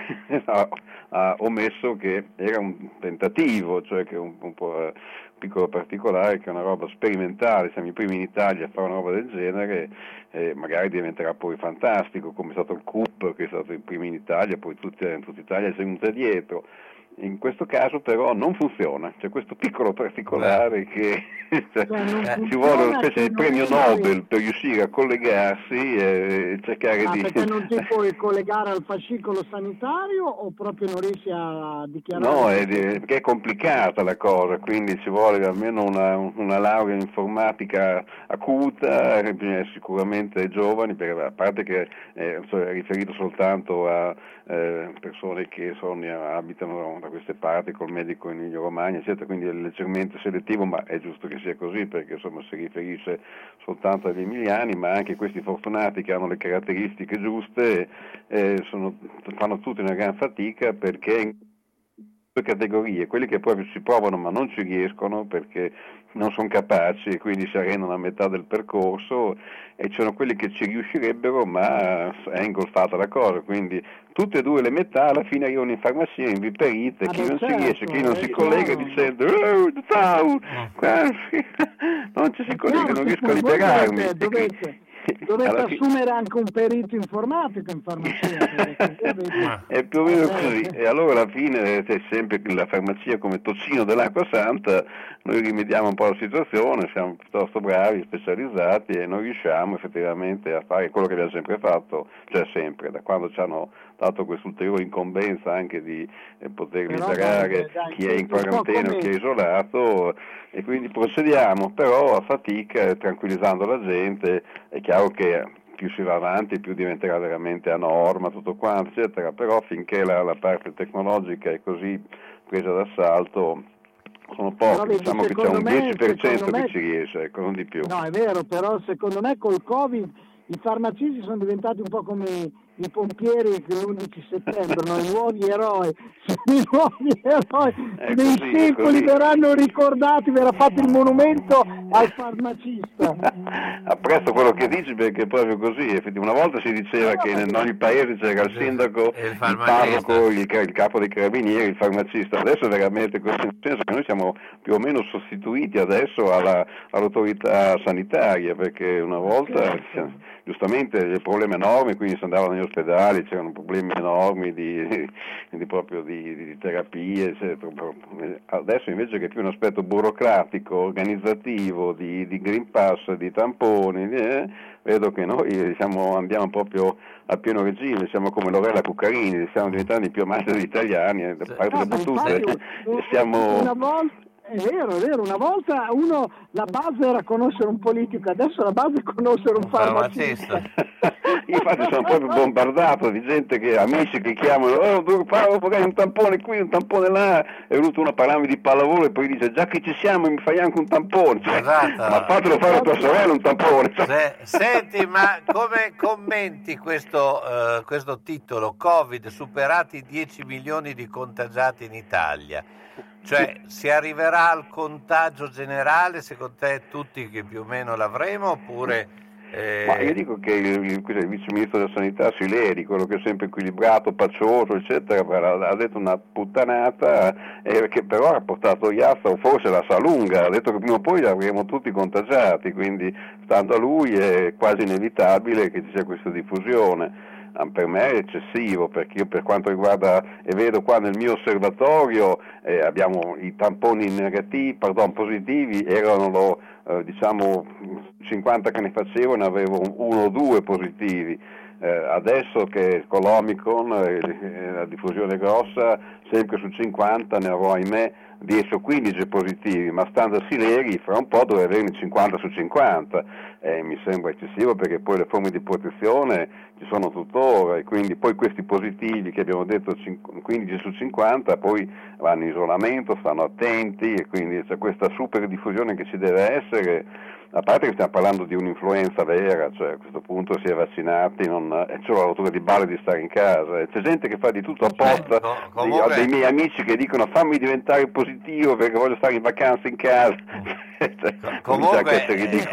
ha omesso che era un tentativo, cioè che un po' piccolo particolare, che è una roba sperimentale, siamo i primi in Italia a fare una roba del genere, magari diventerà poi fantastico, come è stato il CUP, che è stato il primo in Italia, poi tutta Italia è venuta dietro. In questo caso però non funziona, c'è questo piccolo particolare che ci vuole una specie di premio Nobel per riuscire a collegarsi e cercare di... Perché non ti puoi collegare al fascicolo sanitario o proprio non riesci a dichiarare? No, perché è complicata la cosa, quindi ci vuole almeno una laurea in informatica acuta, bisogna sicuramente giovani, perché a parte che è riferito soltanto a persone che abitano da queste parti col medico in Emilia Romagna, eccetera, quindi è leggermente selettivo, ma è giusto che sia così perché insomma si riferisce soltanto agli emiliani, ma anche questi fortunati che hanno le caratteristiche giuste fanno tutti una gran fatica, perché in due categorie, quelli che proprio ci provano ma non ci riescono perché non sono capaci e quindi si arrendono a metà del percorso, e ci sono quelli che ci riuscirebbero ma è ingolfata la cosa, quindi tutte e due le metà alla fine arrivano in farmacia inviperite, chi non ci riesce, chi non si collega dicendo non ci si collega, non riesco a liberarmi. Dovete assumere anche un perito informatico in farmacia. È più o meno così, e allora alla fine c'è sempre la farmacia come tocino dell'acqua santa, noi rimediamo un po' la situazione, siamo piuttosto bravi, specializzati e non riusciamo effettivamente a fare quello che abbiamo sempre fatto, cioè sempre, da quando ci hanno dato questa ulteriore incombenza anche di poter liberare chi è in quarantena o chi è isolato, e quindi procediamo, però a fatica, tranquillizzando la gente. È chiaro che più si va avanti più diventerà veramente a norma tutto quanto, eccetera, però finché la parte tecnologica è così presa d'assalto sono pochi, diciamo che c'è un 10% che ci riesce, ecco, non di più. No, è vero, però secondo me col Covid i farmacisti sono diventati un po' come i pompieri l'11 settembre, no? I nuovi eroi dei secoli verranno ricordati, verrà fatto il monumento al farmacista. Apprezzo quello che dici perché è proprio così, una volta si diceva che in ogni paese c'era il sindaco, il parroco, il capo dei carabinieri, il farmacista, adesso è veramente così, nel senso che noi siamo più o meno sostituiti adesso all'autorità sanitaria, perché una volta giustamente dei problemi enormi, quindi si andava negli ospedali, c'erano problemi enormi di terapie, eccetera. Adesso invece che è più un aspetto burocratico, organizzativo, di Green Pass, di tamponi, vedo che noi andiamo proprio a pieno regime, siamo come Lorella Cuccarini, stiamo diventando i più amati degli italiani, da parte le battute. È vero, una volta la base era conoscere un politico, adesso la base è conoscere un farmacista. Infatti sono proprio bombardato di gente amici che chiamano, magari un tampone qui, un tampone là, è venuto uno a parlarmi di pallavolo e poi dice già che ci siamo mi fai anche un tampone, Esatto. Ma fatelo fare a tua sorella un tampone. Senti, ma come commenti questo titolo, Covid, superati 10 milioni di contagiati in Italia? Cioè, si arriverà al contagio generale, secondo te tutti che più o meno l'avremo, oppure Ma io dico che il vice ministro della sanità Sileri, quello che è sempre equilibrato, pacioso, eccetera, ha detto una puttanata che però ha portato Iazza, o forse la sa lunga, ha detto che prima o poi li avremo tutti contagiati, quindi stando a lui è quasi inevitabile che ci sia questa diffusione. Per me è eccessivo, perché io per quanto riguarda, e vedo qua nel mio osservatorio, abbiamo i tamponi positivi, erano 50 che ne facevo, ne avevo 1 o 2 positivi. Adesso che con l'Omicron la diffusione grossa, sempre su 50 ne avrò ahimè 10 o 15 positivi, ma stando a Sileri fra un po' dovrei averne 50 su 50, mi sembra eccessivo, perché poi le forme di protezione ci sono tuttora, e quindi poi questi positivi che abbiamo detto 15 su 50 poi vanno in isolamento, stanno attenti, e quindi c'è questa super diffusione che ci deve essere. A parte che stiamo parlando di un'influenza vera, cioè a questo punto si è vaccinati, c'è la rottura di balle di stare in casa, c'è gente che fa di tutto apposta, ho dei miei amici che dicono fammi diventare positivo perché voglio stare in vacanza in casa. Comunque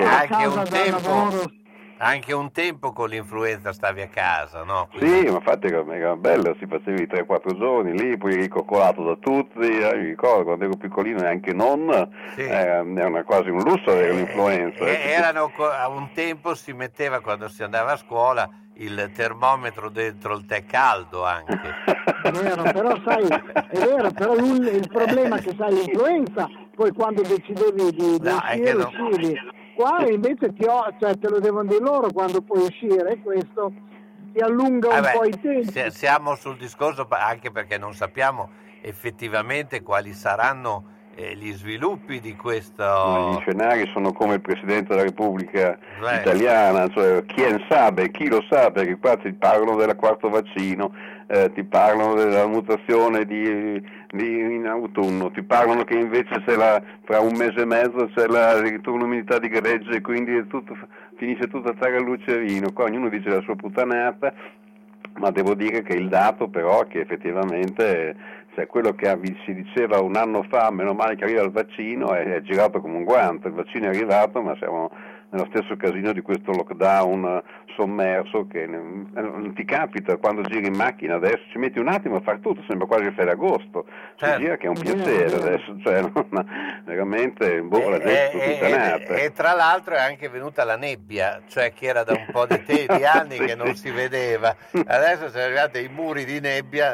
anche un tempo con l'influenza stavi a casa, no? Quindi... Sì, ma infatti era bello, si facevi 3-4 giorni lì, poi eri coccolato da tutti, mi ricordo quando ero piccolino, e anche non, sì. Era quasi un lusso avere l'influenza. A un tempo si metteva, quando si andava a scuola, il termometro dentro il tè caldo anche. È vero, però il problema è che sai l'influenza, poi quando decidevi di uscire, qua invece te lo devono dire loro quando puoi uscire, e questo ti allunga un po' i tempi. Siamo sul discorso anche perché non sappiamo effettivamente quali saranno gli sviluppi di questo. Gli scenari sono come il Presidente della Repubblica italiana, cioè chi lo sa, perché qua ti parlano del quarto vaccino, ti parlano della mutazione in autunno, ti parlano che invece fra un mese e mezzo c'è la ritorno immunità di gregge, e quindi finisce tutto a stare al lucerino. Qua ognuno dice la sua puttanata, ma devo dire che il dato però è che effettivamente quello che si diceva un anno fa, meno male che arriva il vaccino, è girato come un guanto. Il vaccino è arrivato, ma siamo nello stesso casino di questo lockdown sommerso che non ti capita quando giri in macchina adesso, ci metti un attimo a far tutto, sembra quasi Ferragosto, gira che è un piacere adesso, veramente la gente e tra l'altro è anche venuta la nebbia, cioè che era da un po' di anni che non si vedeva, adesso sono arrivati i muri di nebbia,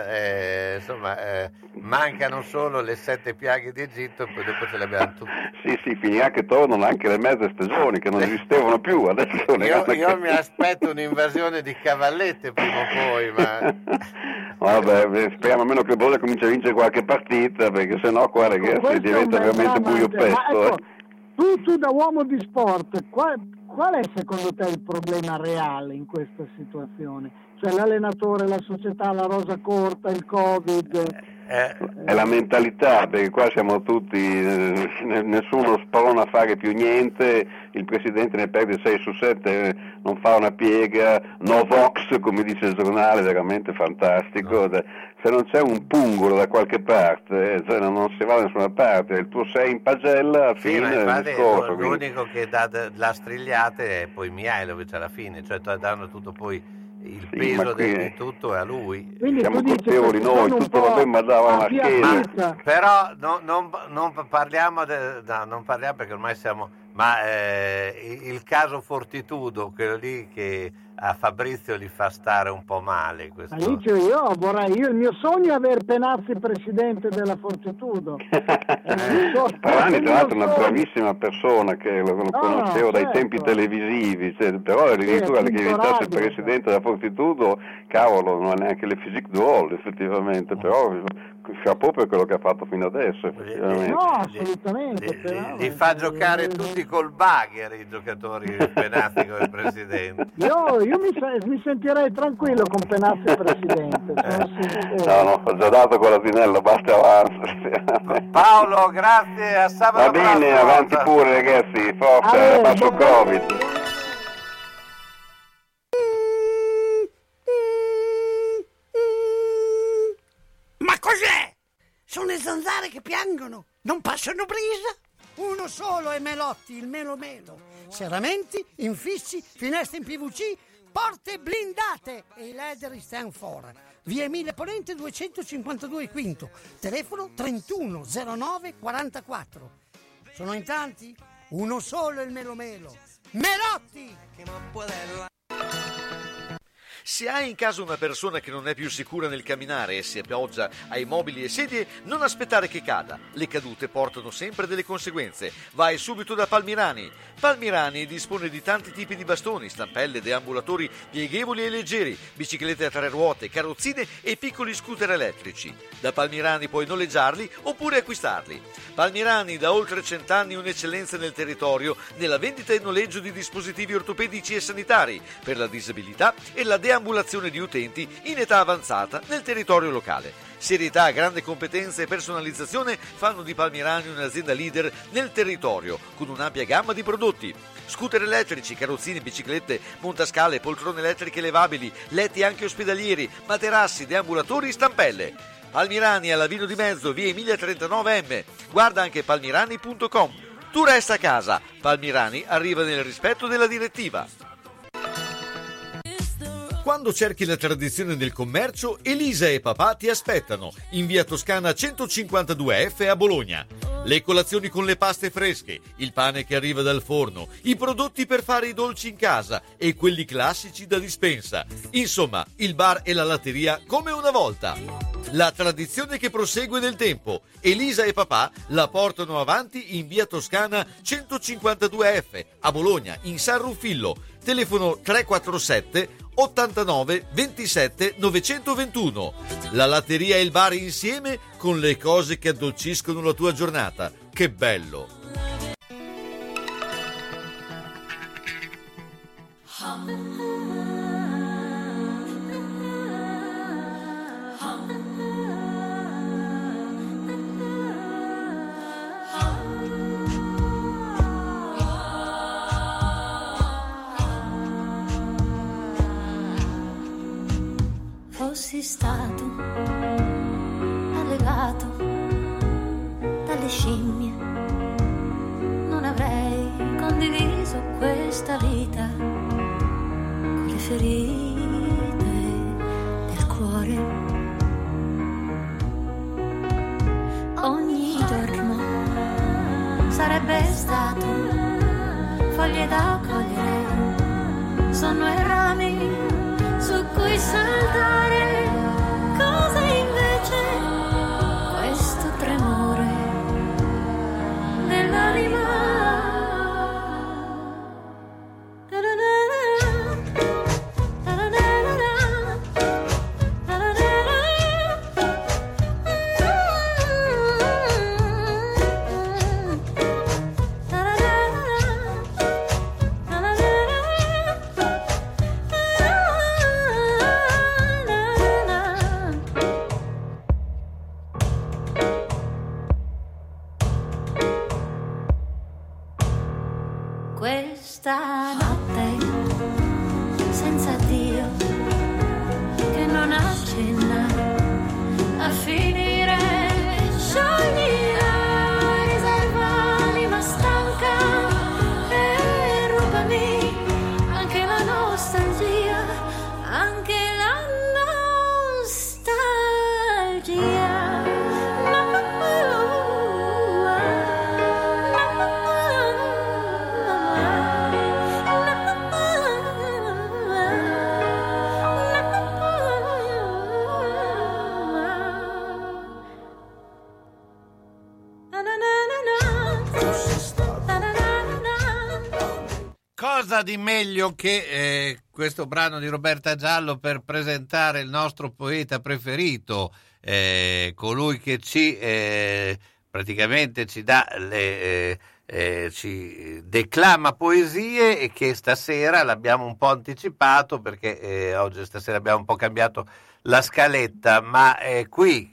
mancano solo le 7 piaghe di Egitto e poi dopo ce le abbiamo tutte. Sì, finirà che tornano anche le mezze stagioni che non esistevano più adesso. Io mi aspetto un'invasione di cavallette prima o poi, ma vabbè, speriamo almeno che il Bologna cominci a vincere qualche partita, perché sennò qua ragazzi diventa veramente buio pesto. Tu da uomo di sport, qual è secondo te il problema reale in questa situazione? Cioè l'allenatore, la società, la rosa corta, il Covid? È la mentalità, perché qua siamo tutti, nessuno sprona a fare più niente, il presidente ne perde 6 su 7, non fa una piega, no vox come dice il giornale, veramente fantastico. Se non c'è un pungolo da qualche parte, non si va da nessuna parte, il tuo 6 in pagella, fine del discorso. L'unico che dà la strigliate è poi Mihajlovic alla fine, cioè danno tutto poi il peso di tutto è a lui. Quindi siamo colpevoli noi, tutto va bene, ma dava una scheda. Però non parliamo perché ormai siamo, ma il caso Fortitudo, quello lì che a Fabrizio gli fa stare un po' male. Io il mio sogno è aver Penazzi presidente della Fortitudo. Sparani tra l'altro è una bravissima persona, che lo conoscevo dai tempi televisivi, però addirittura che diventasse presidente della Fortitudo, cavolo, non ha neanche le physique du rôle effettivamente, però chapeau per quello che ha fatto fino adesso effettivamente. No, assolutamente. Li fa giocare tutti col bagger i giocatori Penazzi come presidente. Io mi sentirei tranquillo con Penazzi presidente. No, ho già dato con l'asinello, basta avanti. Paolo, grazie, a sabato. Va bene, avanti pure ragazzi, forza, passo Covid. Ma cos'è? Sono le zanzare che piangono, non passano brisa? uno solo è Melotti, il Melo Melo. Serramenti, infissi, finestre in PVC, porte blindate e i leder stand for. Via Emile Ponente 252 Quinto, telefono 3109 44. Sono in tanti? Uno solo è il Melo Melo. Melotti! Se hai in casa una persona che non è più sicura nel camminare e si appoggia ai mobili e sedie, non aspettare che cada. Le cadute portano sempre delle conseguenze. Vai subito da Palmirani. Palmirani dispone di tanti tipi di bastoni, stampelle, deambulatori pieghevoli e leggeri, biciclette a 3 ruote, carrozzine e piccoli scooter elettrici. Da Palmirani puoi noleggiarli oppure acquistarli. Palmirani, da oltre 100 anni un'eccellenza nel territorio, nella vendita e noleggio di dispositivi ortopedici e sanitari per la disabilità e la deambulazione di utenti in età avanzata nel territorio locale. Serietà, grande competenza e personalizzazione fanno di Palmirani un'azienda leader nel territorio, con un'ampia gamma di prodotti. Scooter elettrici, carrozzine, biciclette, montascale, poltrone elettriche levabili, letti anche ospedalieri, materassi, deambulatori, stampelle. Palmirani alla Vino di Mezzo, via Emilia 39M. Guarda anche palmirani.com. Tu resta a casa. Palmirani arriva nel rispetto della direttiva. Quando cerchi la tradizione del commercio, Elisa e papà ti aspettano in via Toscana 152F a Bologna. Le colazioni con le paste fresche, il pane che arriva dal forno, i prodotti per fare i dolci in casa e quelli classici da dispensa. Insomma, il bar e la latteria come una volta. La tradizione che prosegue nel tempo. Elisa e papà la portano avanti in via Toscana 152F a Bologna, in San Ruffillo. Telefono 347 89 27 921. La latteria e il bar insieme con le cose che addolciscono la tua giornata. Che bello! Fossi stato allevato dalle scimmie, non avrei condiviso questa vita con le ferite del cuore. Ogni giorno sarebbe stato foglie da cogliere, sonno e rami su cui saltare, cosa invece questo tremore nell'anima. Questa notte senza Dio che non accenna a finire, sciogli la riserva, anima stanca e rubami anche la nostalgia, anche la nostalgia. Cosa di meglio che questo brano di Roberta Giallo per presentare il nostro poeta preferito, colui che ci praticamente ci dà ci declama poesie e che stasera l'abbiamo un po' anticipato perché oggi stasera abbiamo un po' cambiato la scaletta, ma qui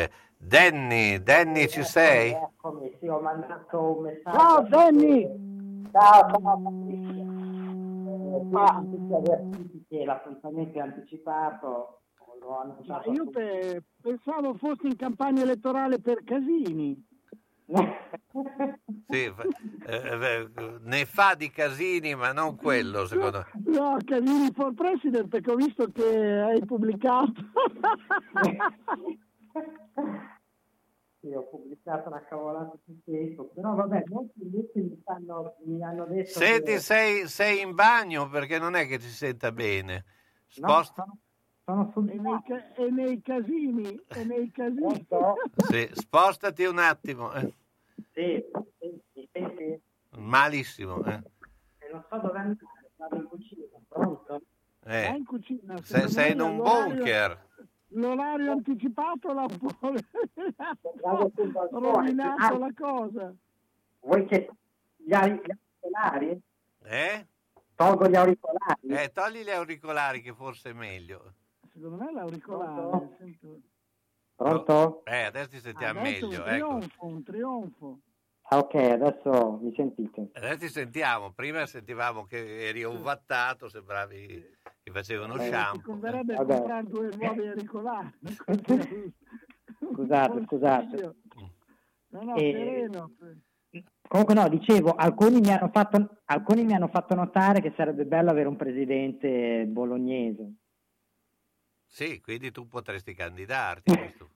Danny ci sei? Eccomi, sì, ho mandato un messaggio. Ciao Danny! Ciao. Ma tutti avvertiti che l'appuntamento è anticipato, l'ho annunciato. Io pensavo fossi in campagna elettorale per Casini. Sì, ne fa di casini, ma non quello, secondo me. No, Casini for President, perché ho visto che hai pubblicato. Sì, ho pubblicato una cavolata su Facebook, però vabbè, molti invece mi hanno detto Senti, che... sei in bagno perché non è che ci senta bene. No, Sposta... sono sul E nei casini. Sì, spostati un attimo. Sì. Malissimo. Non so dove andare, vado in cucina, pronto? Vai in cucina. Sei in un bunker. L'orario anticipato l'ha rovinato la cosa. Vuoi che gli auricolari? Tolgo gli auricolari? Togli gli auricolari che forse è meglio. Secondo me l'auricolare. Pronto? Adesso ti sentiamo meglio. Un trionfo. Ok, adesso mi sentite. Adesso ti sentiamo. Prima sentivamo che eri ovattato, sembravi che facevano shampoo. Ti converrebbe comprare 2 nuovi auricolari. Scusate. No, sereno. Comunque no, dicevo, alcuni mi hanno fatto notare che sarebbe bello avere un presidente bolognese. Sì, quindi tu potresti candidarti.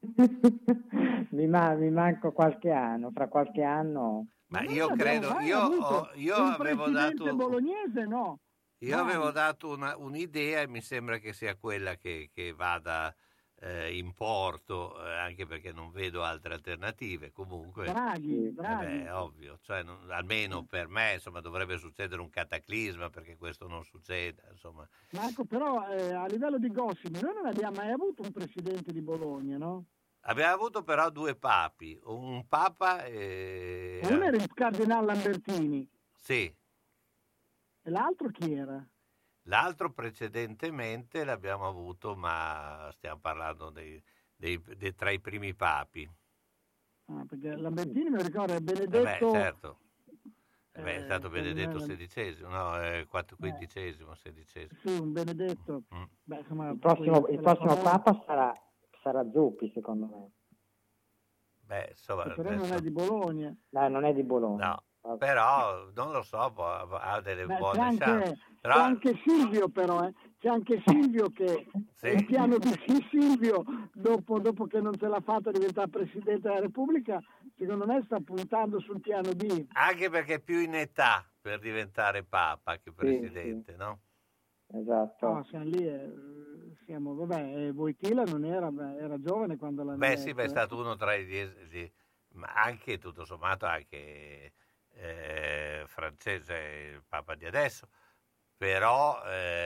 mi manco qualche anno, fra qualche anno. Ma io credo, io avevo dato... bolognese no. Io avevo dato un'idea e mi sembra che sia quella che vada in porto, anche perché non vedo altre alternative. Comunque, Draghi. ovvio, cioè, almeno per me, insomma, dovrebbe succedere un cataclisma perché questo non succeda, insomma. Marco, però a livello di gossip, noi non abbiamo mai avuto un presidente di Bologna, no? Abbiamo avuto però 2 papi, un papa uno era il cardinale Lambertini. Sì. E l'altro chi era? L'altro precedentemente l'abbiamo avuto, ma stiamo parlando tra i primi papi. Perché Lambertini mi ricordo è Benedetto... certo. È stato Benedetto XVI, no, XV, XVI. Sì, un Benedetto. Beh, insomma, il prossimo Papa sarà Zuppi, secondo me. Beh, insomma, però non è di Bologna. No, non è di Bologna. No. Però non lo so, ha delle buone chance. C'è anche Silvio, però, c'è anche Silvio che il piano di Silvio, dopo che non ce l'ha fatta diventare Presidente della Repubblica, secondo me sta puntando sul piano B. Anche perché è più in età per diventare Papa che Presidente, sì. No? Esatto. No, siamo lì, Wojtyla non era giovane quando l'hanno Beh, sì, è stato uno tra i 10, ma anche tutto sommato anche francese, il Papa di adesso, però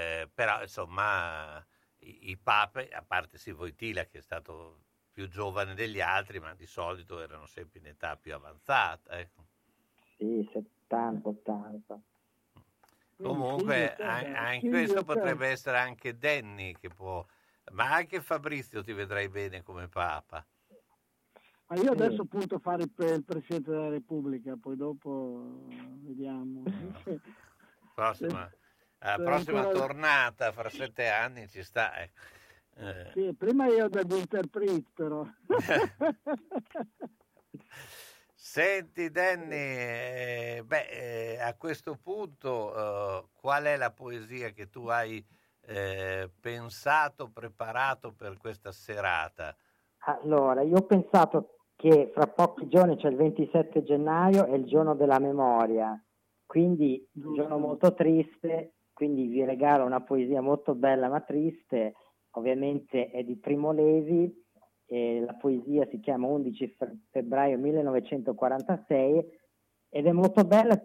insomma i papi, a parte Wojtyla che è stato più giovane degli altri, ma di solito erano sempre in età più avanzata. Sì, 70, 80. Comunque anche questo potrebbe essere anche Denny che può, ma anche Fabrizio ti vedrai bene come Papa. Ma io adesso punto a fare il Presidente della Repubblica, poi dopo vediamo. Prossima tornata fra 7 anni ci sta. Sì, prima io da Interpret però. Senti Danny, a questo punto qual è la poesia che tu hai pensato, preparato per questa serata? Allora, io ho pensato che fra pochi giorni, c'è il 27 gennaio, è il giorno della memoria, quindi un giorno molto triste, quindi vi regalo una poesia molto bella ma triste, ovviamente è di Primo Levi, e la poesia si chiama 11 febbraio 1946 ed è molto bella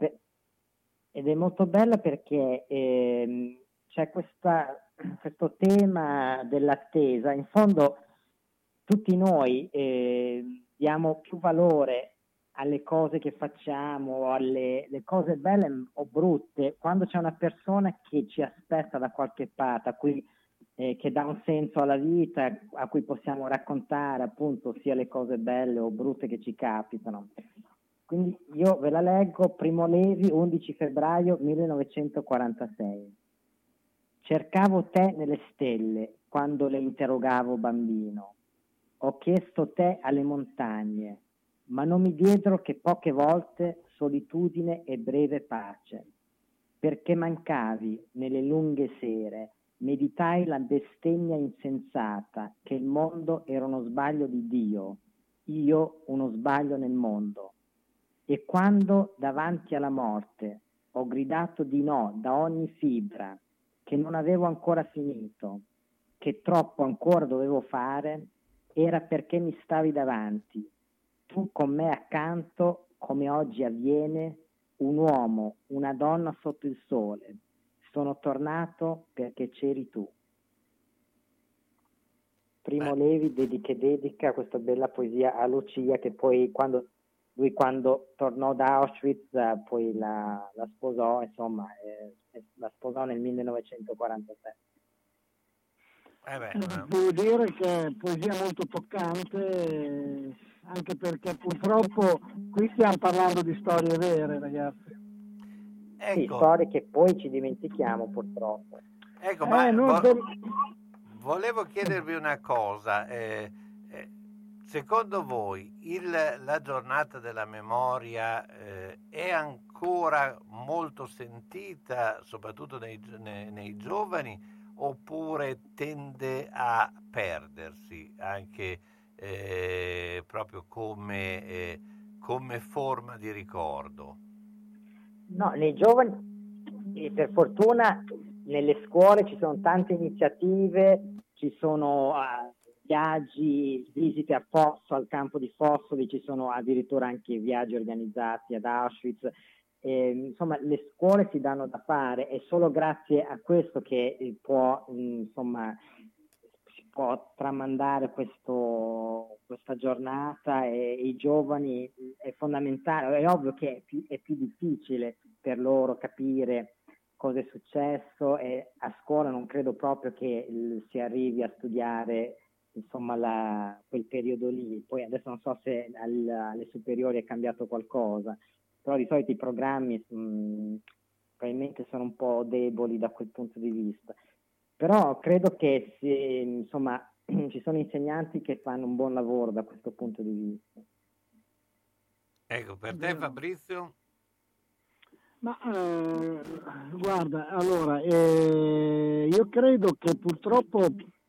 perché c'è questo tema dell'attesa. In fondo tutti noi diamo più valore alle cose che facciamo, alle cose belle o brutte, quando c'è una persona che ci aspetta da qualche parte, che dà un senso alla vita, a cui possiamo raccontare appunto sia le cose belle o brutte che ci capitano. Quindi io ve la leggo, Primo Levi, 11 febbraio 1946. Cercavo te nelle stelle quando le interrogavo bambino. Ho chiesto te alle montagne, ma non mi diedero che poche volte solitudine e breve pace. Perché mancavi nelle lunghe sere, meditai la bestemmia insensata che il mondo era uno sbaglio di Dio, io uno sbaglio nel mondo. E quando davanti alla morte ho gridato di no da ogni fibra, che non avevo ancora finito, che troppo ancora dovevo fare, era perché mi stavi davanti, tu con me accanto, come oggi avviene, un uomo, una donna sotto il sole. Sono tornato perché c'eri tu. Primo Levi dedica questa bella poesia a Lucia, che poi quando tornò da Auschwitz poi la sposò, insomma, la sposò nel 1947. Devo dire che è poesia molto toccante, anche perché purtroppo qui stiamo parlando di storie vere, ragazzi. Sì, storie che poi ci dimentichiamo purtroppo. Ecco, volevo chiedervi una cosa. Secondo voi la giornata della memoria è ancora molto sentita, soprattutto nei giovani, oppure tende a perdersi anche proprio come forma di ricordo? No, nei giovani, per fortuna, nelle scuole ci sono tante iniziative, ci sono viaggi, visite a Fosso, al campo di Fossoli, ci sono addirittura anche viaggi organizzati ad Auschwitz. Insomma, le scuole si danno da fare, è solo grazie a questo che si può tramandare questa giornata, e i giovani è fondamentale. È ovvio che è più difficile per loro capire cosa è successo, e a scuola non credo proprio che si arrivi a studiare, insomma, quel periodo lì. Poi adesso non so se alle superiori è cambiato qualcosa, però di solito i programmi probabilmente sono un po' deboli da quel punto di vista. Però credo che ci sono insegnanti che fanno un buon lavoro da questo punto di vista. Ecco, per te Fabrizio? Ma guarda, allora, io credo che purtroppo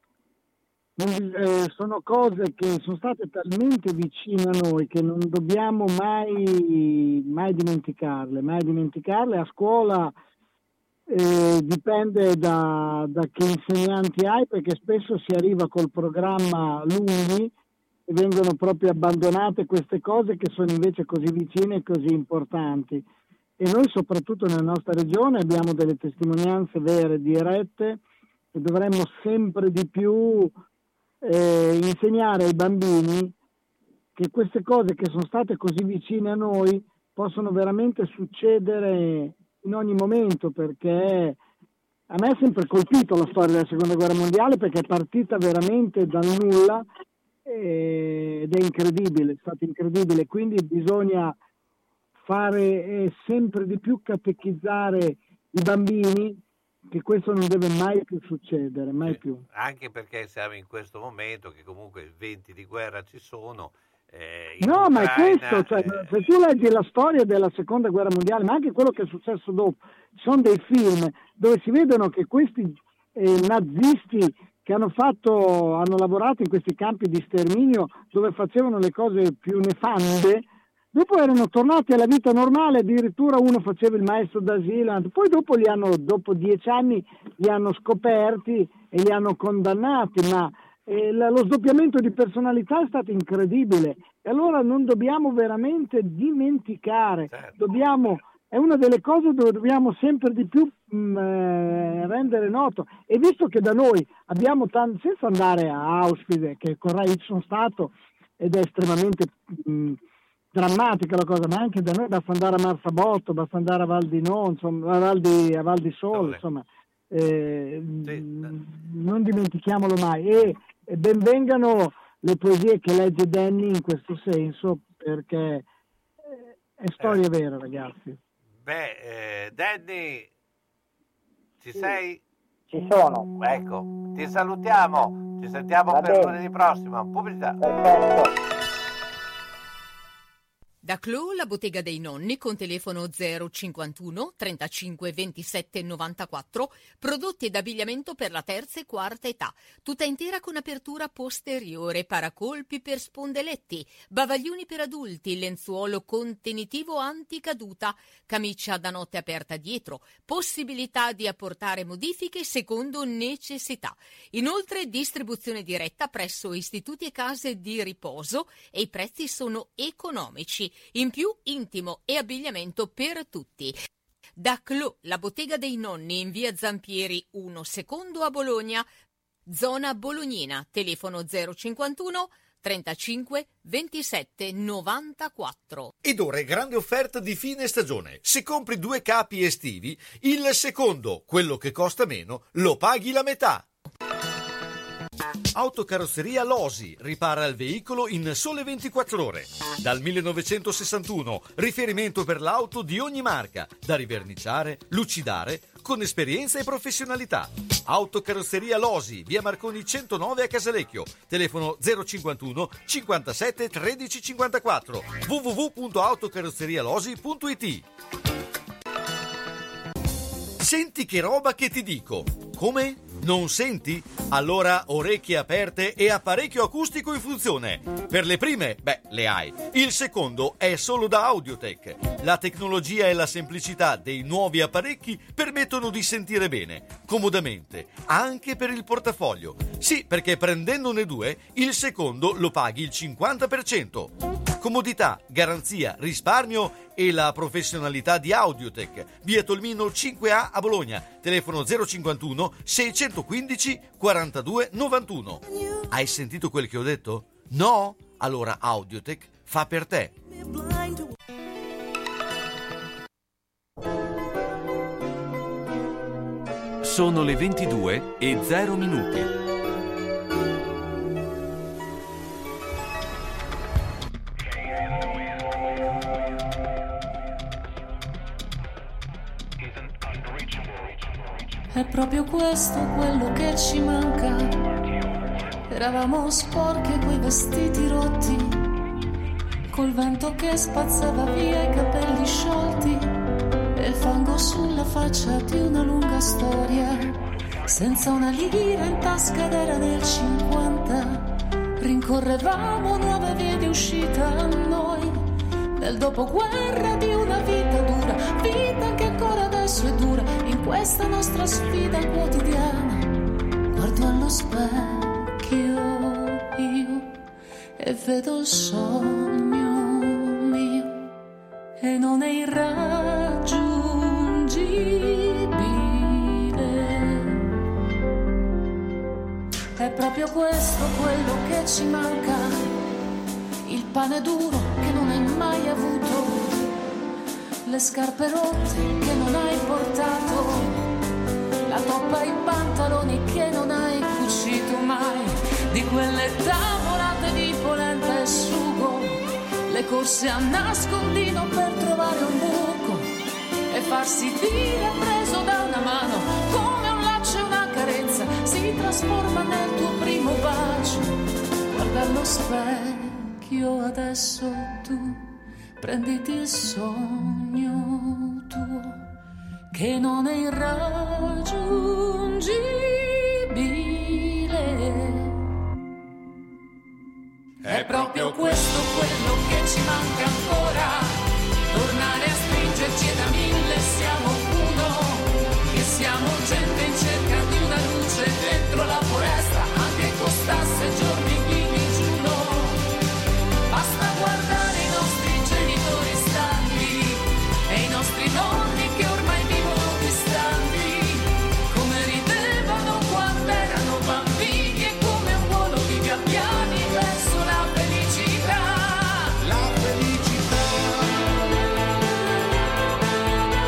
sono cose che sono state talmente vicine a noi che non dobbiamo mai dimenticarle. A scuola dipende da che insegnanti hai, perché spesso si arriva col programma lunghi e vengono proprio abbandonate queste cose che sono invece così vicine e così importanti. E noi soprattutto nella nostra regione abbiamo delle testimonianze vere, dirette, e dovremmo sempre di più insegnare ai bambini che queste cose che sono state così vicine a noi possono veramente succedere in ogni momento, perché a me è sempre colpito la storia della Seconda Guerra Mondiale, perché è partita veramente dal nulla ed è incredibile, è stato incredibile. Quindi bisogna fare sempre di più, catechizzare i bambini che questo non deve mai più succedere, mai più. Anche perché siamo in questo momento che comunque venti di guerra ci sono. No, ma è Ucraina, questo, cioè, se tu leggi la storia della Seconda Guerra Mondiale, ma anche quello che è successo dopo, ci sono dei film dove si vedono che questi nazisti che hanno lavorato in questi campi di sterminio, dove facevano le cose più nefande, dopo erano tornati alla vita normale, addirittura uno faceva il maestro d'asilo, poi dopo dopo 10 anni li hanno scoperti e li hanno condannati, ma lo sdoppiamento di personalità è stato incredibile, e allora non dobbiamo veramente dimenticare, è una delle cose dove dobbiamo sempre di più rendere noto. E visto che da noi abbiamo senza andare a Auschwitz, che con Rai sono stato ed è estremamente drammatica la cosa, ma anche da noi basta andare a Marzabotto, basta andare a Val di No, insomma, a Val di Sole, insomma, non dimentichiamolo mai, e benvengano le poesie che legge Danny in questo senso, perché è storia vera, ragazzi. Danny, ci sei? Ci sono. Ecco, ti salutiamo, ci sentiamo Va per bene. lunedì prossimo. Pubblicità. Perfetto. Da Clou, la bottega dei nonni, con telefono 051 35 27 94, prodotti ed abbigliamento per la terza e quarta età, tutta intera con apertura posteriore, paracolpi per spondeletti, bavaglioni per adulti, lenzuolo contenitivo anticaduta, camicia da notte aperta dietro, possibilità di apportare modifiche secondo necessità. Inoltre distribuzione diretta presso istituti e case di riposo e i prezzi sono economici. In più intimo e abbigliamento per tutti. Da Clou, la bottega dei nonni, in via Zampieri 1 secondo a Bologna, zona bolognina, telefono 051 35 27 94. Ed ora è grande offerta di fine stagione. Se compri 2 capi estivi, il secondo, quello che costa meno, lo paghi la metà. Autocarrozzeria Losi ripara il veicolo in sole 24 ore. Dal 1961, riferimento per l'auto di ogni marca, da riverniciare, lucidare, con esperienza e professionalità. Autocarrozzeria Losi, via Marconi 109 a Casalecchio, telefono 051 57 13 54, www.autocarrozzerialosi.it. Senti che roba che ti dico. Come? Non senti? Allora orecchie aperte e apparecchio acustico in funzione. Per le prime, le hai. Il secondo è solo da Audiotech. La tecnologia e la semplicità dei nuovi apparecchi permettono di sentire bene, comodamente, anche per il portafoglio. Sì, perché prendendone 2, il secondo lo paghi il 50%. Comodità, garanzia, risparmio e la professionalità di Audiotech. Via Tolmino 5A a Bologna. Telefono 051 615 42 91. Hai sentito quel che ho detto? No? Allora Audiotech fa per te. Sono le 22:00. È proprio questo quello che ci manca. Eravamo sporchi e quei vestiti rotti, col vento che spazzava via i capelli sciolti e il fango sulla faccia di una lunga storia. Senza una lira in tasca ed era nel 50. Rincorrevamo nuove vie di uscita a noi, nel dopoguerra di una vita dura, vita che ancora adesso è dura. In questa nostra sfida quotidiana guardo allo specchio io e vedo il sogno mio e non è irraggiungibile. È proprio questo quello che ci manca, il pane duro che non hai mai avuto, le scarpe rotte che non hai portato, la toppa e i pantaloni che non hai cucito mai, di quelle tavolate di polenta e sugo, le corse a nascondino per trovare un buco e farsi dire preso da una mano come un laccio e una carezza si trasforma nel tuo primo bacio. Guarda allo specchio adesso tu, prenditi il sogno tuo che non è irraggiungibile. È proprio questo quello che ci manca ancora, tornare a stringerci e da 1000 siamo uno, che siamo gente in cerca di una luce dentro la foresta, anche costasse giorni di digiuno. Basta guardare i nostri genitori stanchi e i nostri nonni che ormai vivono distanti, come ridevano quando erano bambini e come un volo di gabbiani verso la felicità. La felicità.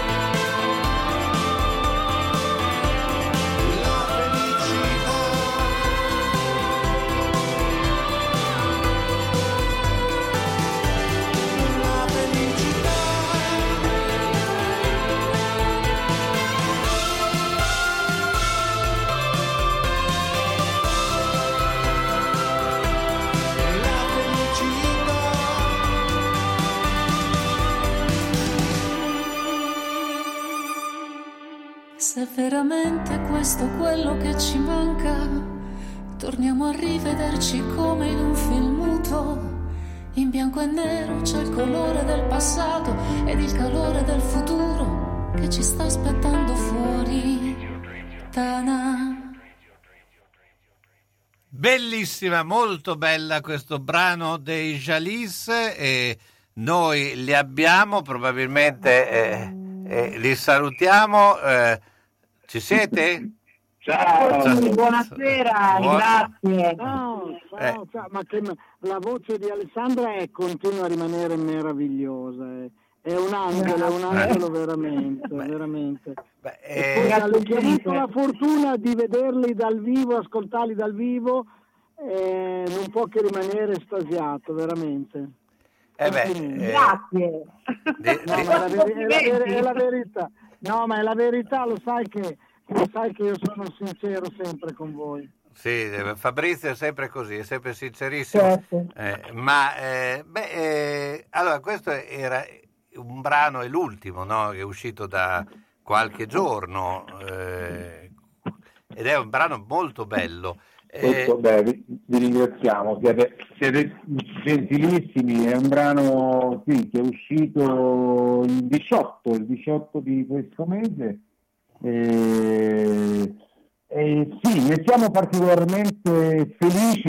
Se è veramente questo quello che ci manca, torniamo a rivederci come in un film muto. In bianco e nero c'è il colore del passato ed il calore del futuro che ci sta aspettando fuori. Tana. Bellissima, molto bella questo brano dei Jalis, e noi li abbiamo, probabilmente li salutiamo. Ci siete? Ciao, buonasera, grazie. Ciao, ma che la voce di Alessandra continua a rimanere meravigliosa. È un angelo veramente, veramente. E poi ho avuto la fortuna di vederli dal vivo, ascoltarli dal vivo, non può che rimanere estasiato, veramente. Grazie. È la verità. No, ma è la verità, lo sai che io sono sincero sempre con voi. Sì, Fabrizio è sempre così, è sempre sincerissimo. Certo. Allora, questo era un brano, è l'ultimo, no? Che è uscito da qualche giorno, ed è un brano molto bello. Vi ringraziamo, siete gentilissimi. È un brano che è uscito il 18 di questo mese. Sì, ne siamo particolarmente felici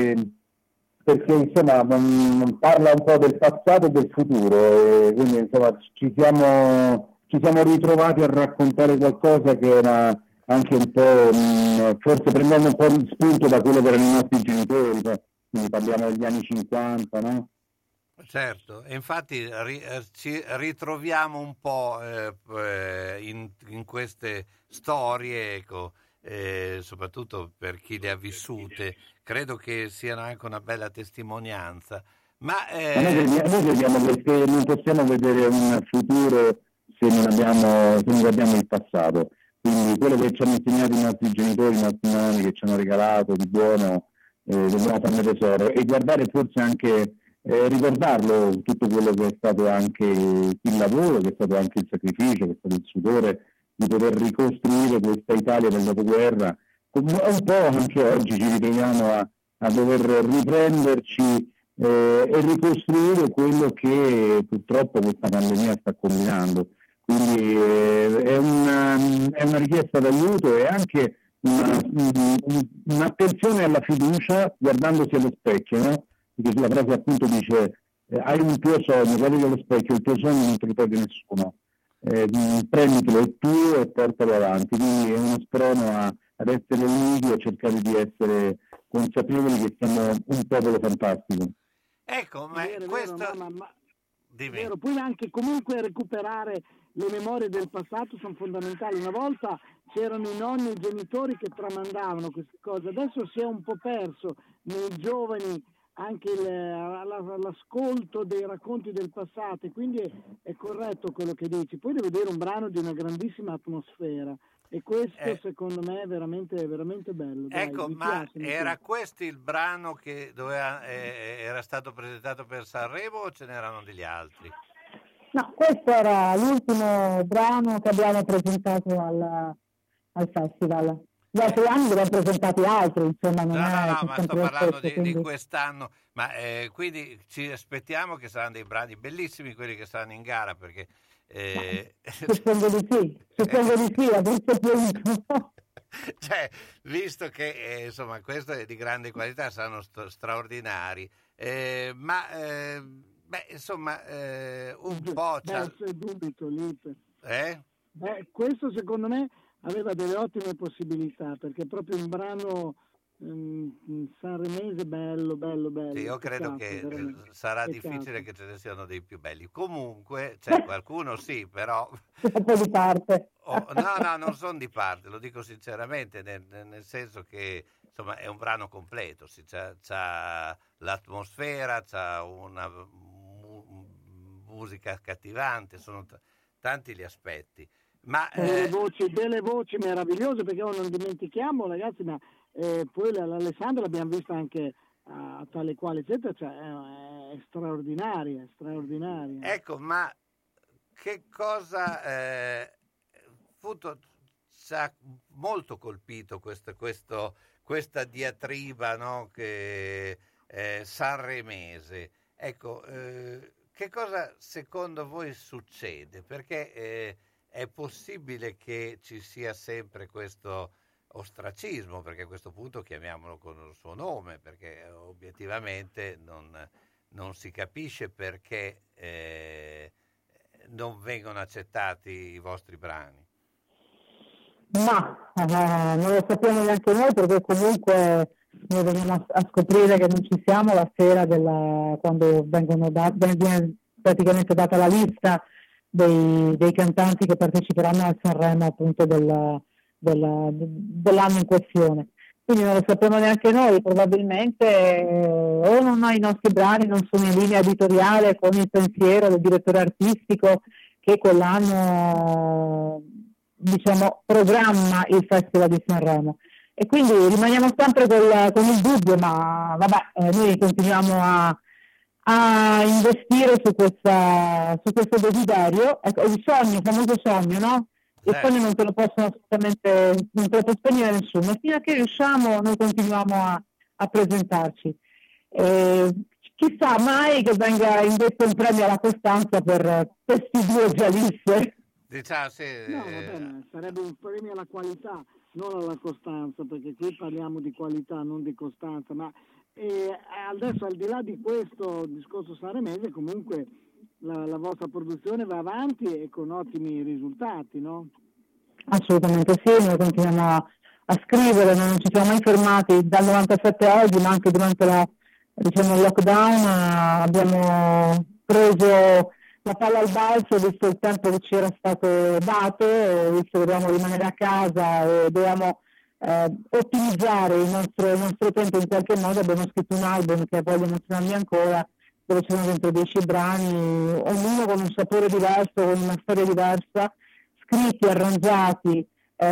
perché insomma parla un po' del passato e del futuro, e quindi insomma ci siamo ritrovati a raccontare qualcosa che era anche un po', forse prendendo un po' di spunto da quello che erano i nostri genitori, quindi parliamo degli anni 50, no? Certo, e infatti ci ritroviamo un po' in queste storie, ecco, soprattutto per chi le ha vissute. Credo che siano anche una bella testimonianza. Ma noi crediamo che non possiamo vedere un futuro se non guardiamo il passato. Quindi quello che ci hanno insegnato i nostri genitori, i nostri nonni, che ci hanno regalato di buono, dobbiamo farne tesoro e guardare, forse anche ricordarlo, tutto quello che è stato anche il lavoro, che è stato anche il sacrificio, che è stato il sudore di poter ricostruire questa Italia del dopoguerra. Un po' anche oggi ci ritroviamo a dover riprenderci e ricostruire quello che purtroppo questa pandemia sta combinando. Quindi è una richiesta d'aiuto e anche un'attenzione alla fiducia guardandosi allo specchio, no? Perché la frase appunto dice hai un tuo sogno, guardi allo specchio, il tuo sogno non te lo toglie nessuno, prenditelo, è tuo e portalo avanti. Quindi è uno sprono ad essere uniti e a cercare di essere consapevoli che siamo un popolo fantastico. Ecco, ma questo... Vero, poi anche comunque recuperare le memorie del passato sono fondamentali. Una volta c'erano i nonni e i genitori che tramandavano queste cose, adesso si è un po' perso nei giovani anche l'ascolto dei racconti del passato, e quindi è corretto quello che dici. Poi devo dire un brano di una grandissima atmosfera, e questo secondo me è veramente, veramente bello. Ecco, ma era questo il brano che era stato presentato per Sanremo o ce n'erano degli altri? No, questo era l'ultimo brano che abbiamo presentato al festival. Gli altri anni abbiamo presentati altri, insomma. No, ma sto parlando di quest'anno. Ma quindi ci aspettiamo che saranno dei brani bellissimi quelli che saranno in gara, perché... Suppongo di sì, adesso punto. Cioè, visto che insomma questo è di grande qualità, saranno straordinari, insomma un po' dubito lì. Questo secondo me aveva delle ottime possibilità, perché è proprio un brano sanremese bello. Sì, io credo che sarà difficile che ce ne siano dei più belli. Comunque c'è qualcuno, sì, però un po' di parte. No, non sono di parte, lo dico sinceramente, nel senso che insomma è un brano completo, sì, c'ha l'atmosfera, c'ha una musica accattivante, sono tanti gli aspetti. Ma delle voci meravigliose, perché non dimentichiamo, ragazzi, ma poi l'Alessandra l'abbiamo vista anche a tale quale eccetera, cioè è straordinaria. Ecco, ma che cosa appunto ha molto colpito questa diatriba, no, che sanremese. Ecco, che cosa secondo voi succede? Perché è possibile che ci sia sempre questo ostracismo, perché a questo punto chiamiamolo con il suo nome, perché obiettivamente non si capisce perché non vengono accettati i vostri brani. Ma non lo sappiamo neanche noi, perché comunque noi veniamo a scoprire che non ci siamo la sera quando viene praticamente data la lista dei cantanti che parteciperanno al Sanremo, appunto dell'anno in questione. Quindi non lo sappiamo neanche noi, probabilmente o i nostri brani non sono in linea editoriale con il pensiero del direttore artistico che quell'anno, diciamo, programma il Festival di Sanremo. E quindi rimaniamo sempre con il dubbio, ma vabbè, noi continuiamo a investire su questo desiderio. Ecco, il famoso sogno, no? Il sogno non te lo possono assolutamente, non te lo può spegnere nessuno, e fino a che riusciamo noi continuiamo a presentarci. Chissà mai che venga indetto un premio alla costanza per questi due giallisse. Diciamo, sì, No, vabbè, ma sarebbe un premio alla qualità, non alla costanza, perché qui parliamo di qualità, non di costanza. Ma adesso, al di là di questo discorso sanremese, comunque la vostra produzione va avanti e con ottimi risultati, no? Assolutamente sì, noi continuiamo a scrivere, non ci siamo mai fermati dal 97 a oggi, ma anche durante il lockdown abbiamo preso la palla al balzo, visto il tempo che ci era stato dato, visto che dovevamo rimanere a casa e dovevamo ottimizzare il nostro tempo in qualche modo. Abbiamo scritto un album che Voglio emozionarmi ancora, dove ci sono dentro 10 brani, ognuno con un sapore diverso, con una storia diversa, scritti, arrangiati,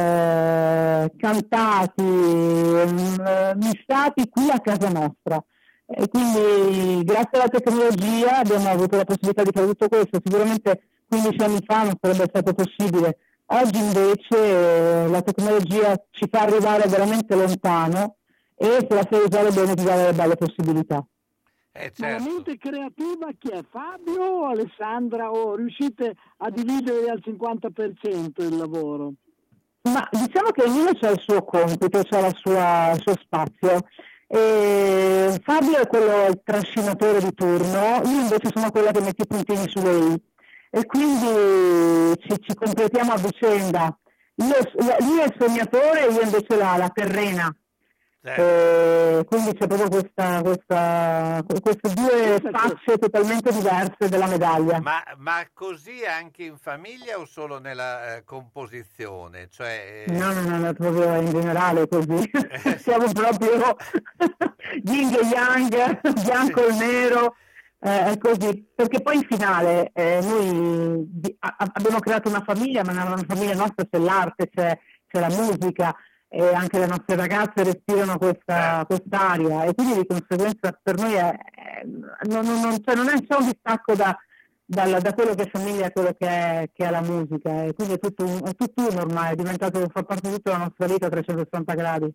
cantati, missati qui a casa nostra. E quindi grazie alla tecnologia abbiamo avuto la possibilità di fare tutto questo. Sicuramente 15 anni fa non sarebbe stato possibile. Oggi invece la tecnologia ci fa arrivare veramente lontano, e se la sai usare bene ti dà delle belle possibilità. Ma la mente creativa chi è? Fabio o Alessandra? O riuscite a dividere al 50% il lavoro? Ma diciamo che ognuno ha il suo compito, ha il suo spazio. Fabio è il trascinatore di turno, io invece sono quella che mette i puntini sulle i, e quindi ci completiamo a vicenda. Lui è il sognatore e io invece la terrena. Quindi c'è proprio queste due facce totalmente diverse della medaglia. Ma così anche in famiglia o solo nella composizione? Cioè, No, proprio in generale così. Siamo proprio yin e yang, bianco e nero, è così. Perché poi in finale noi abbiamo creato una famiglia, ma nella famiglia nostra c'è l'arte, c'è la musica, e anche le nostre ragazze respirano quest'aria, e quindi di conseguenza per noi non c'è un distacco da quello che è famiglia a quello che è la musica, e quindi è tutto uno ormai, fa parte di tutta la nostra vita a 360 gradi.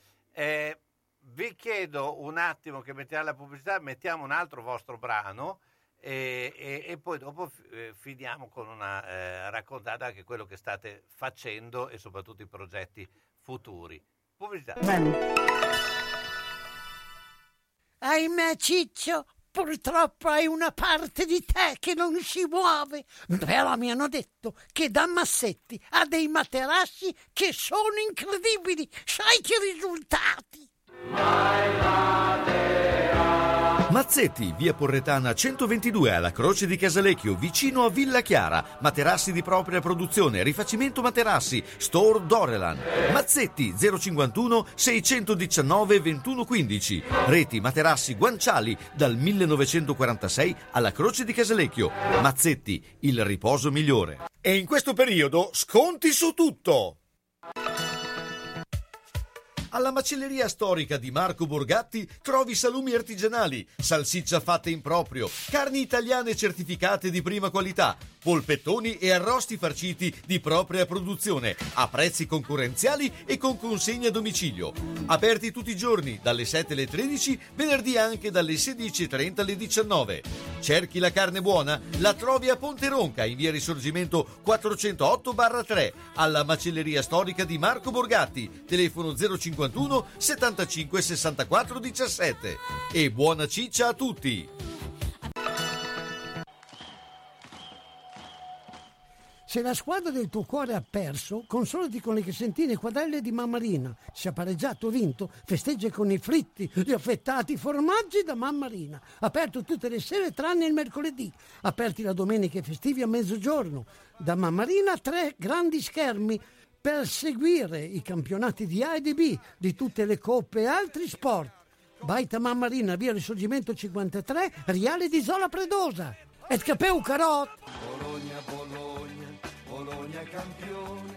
Vi chiedo un attimo che mettiamo la pubblicità, mettiamo un altro vostro brano e poi dopo finiamo con una raccontata anche quello che state facendo e soprattutto i progetti futuri. Pubblicità. Ahimè Ciccio, purtroppo hai una parte di te che non si muove, però mi hanno detto che da Massetti ha dei materassi che sono incredibili. Sai che risultati? Mazzetti, via Porretana 122 alla Croce di Casalecchio, vicino a Villa Chiara. Materassi di propria produzione, rifacimento materassi, Store Dorelan. Mazzetti 051 619 2115. Reti materassi guanciali dal 1946 alla Croce di Casalecchio. Mazzetti, il riposo migliore. E in questo periodo sconti su tutto! Alla macelleria storica di Marco Borgatti trovi salumi artigianali, salsiccia fatta in proprio, carni italiane certificate di prima qualità, polpettoni e arrosti farciti di propria produzione, a prezzi concorrenziali e con consegna a domicilio. Aperti tutti i giorni, dalle 7 alle 13, venerdì anche dalle 16.30 alle 19. Cerchi la carne buona? La trovi a Ponte Ronca, in via Risorgimento 408/3, alla macelleria storica di Marco Borgatti, telefono 051 75 64 17. E buona ciccia a tutti! Se la squadra del tuo cuore ha perso, consolati con le crescentine quadrelle di Mammarina. Se ha pareggiato o vinto, festeggia con i fritti, gli affettati formaggi da Mammarina. Aperto tutte le sere tranne il mercoledì. Aperti la domenica e festivi a mezzogiorno. Da Mammarina 3 grandi schermi per seguire i campionati di A e di B, di tutte le coppe e altri sport. Baita Mammarina, via Risorgimento 53, Riale di Zola Predosa. Et capeu carot! Bologna, Bologna, Bologna campione.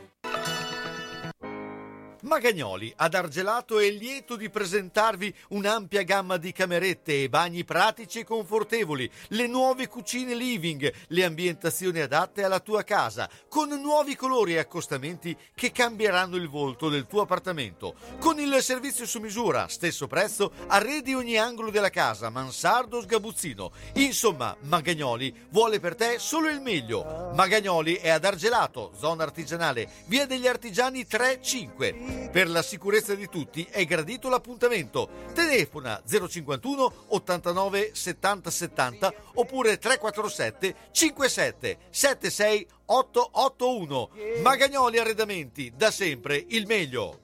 Magagnoli ad Argelato è lieto di presentarvi un'ampia gamma di camerette e bagni pratici e confortevoli, le nuove cucine living, le ambientazioni adatte alla tua casa, con nuovi colori e accostamenti che cambieranno il volto del tuo appartamento. Con il servizio su misura, stesso prezzo, arredi ogni angolo della casa, mansardo o sgabuzzino. Insomma, Magagnoli vuole per te solo il meglio. Magagnoli è ad Argelato, zona artigianale, via degli Artigiani 3-5. Per la sicurezza di tutti è gradito l'appuntamento. Telefona 051 89 70 70 oppure 347 57 76 881. Magagnoli Arredamenti, da sempre il meglio.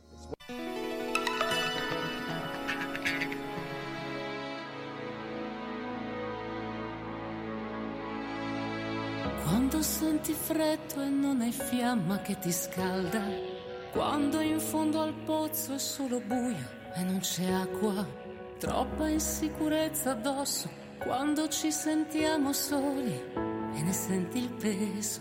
Quando senti freddo e non hai fiamma che ti scalda, quando in fondo al pozzo è solo buio e non c'è acqua, troppa insicurezza addosso, quando ci sentiamo soli e ne senti il peso.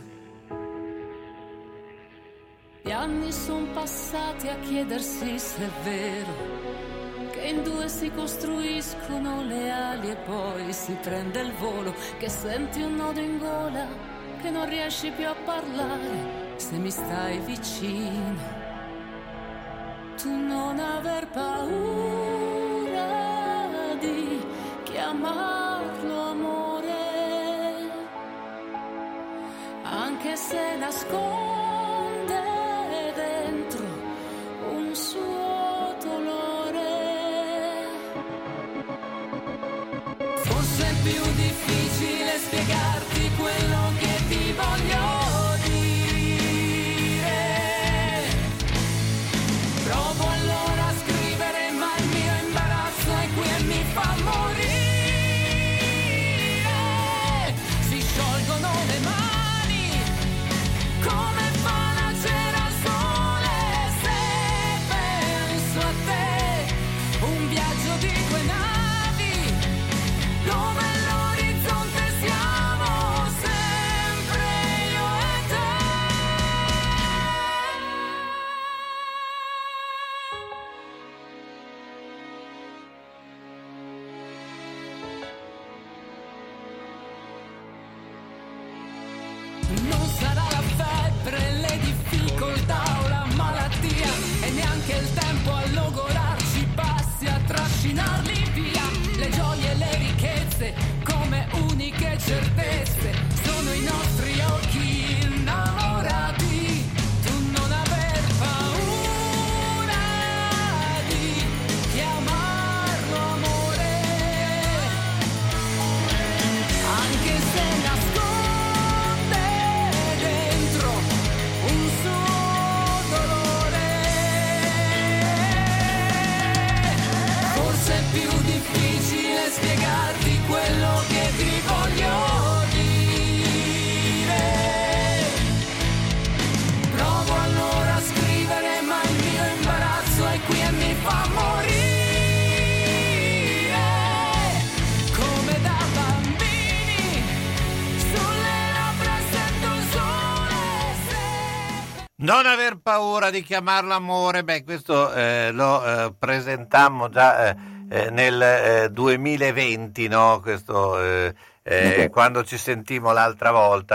Gli anni son passati a chiedersi se è vero che in due si costruiscono le ali e poi si prende il volo, che senti un nodo in gola, che non riesci più a parlare se mi stai vicino. Tu non aver paura di chiamarlo amore, anche se nasconde dentro un suo dolore. Forse è più difficile spiegarti quello che ti voglio. Provo allora a scrivere, ma il mio imbarazzo è qui e mi fa morire. Si sciolgono le mani come fa la cera al sole. Se penso a te, un viaggio di due navi, dove all'orizzonte siamo sempre io e te. Non sarà la febbre, le difficoltà o la malattia, e neanche il tempo a logorarci passi, a trascinarli via. Le gioie e le ricchezze come uniche certezze sono i nostri occhi innamorati. Tu non aver paura di chiamarlo amore, anche se nasconde dentro un suo dolore. Forse è più difficile spiegarti quello che ti voglio dire. Provo allora a scrivere, ma il mio imbarazzo è qui e mi fa morire. Come da bambini, sulle labbra sento il sole. Non aver paura di chiamarlo amore, beh, questo lo presentammo già nel 2020, no? Questo quando ci sentimmo l'altra volta.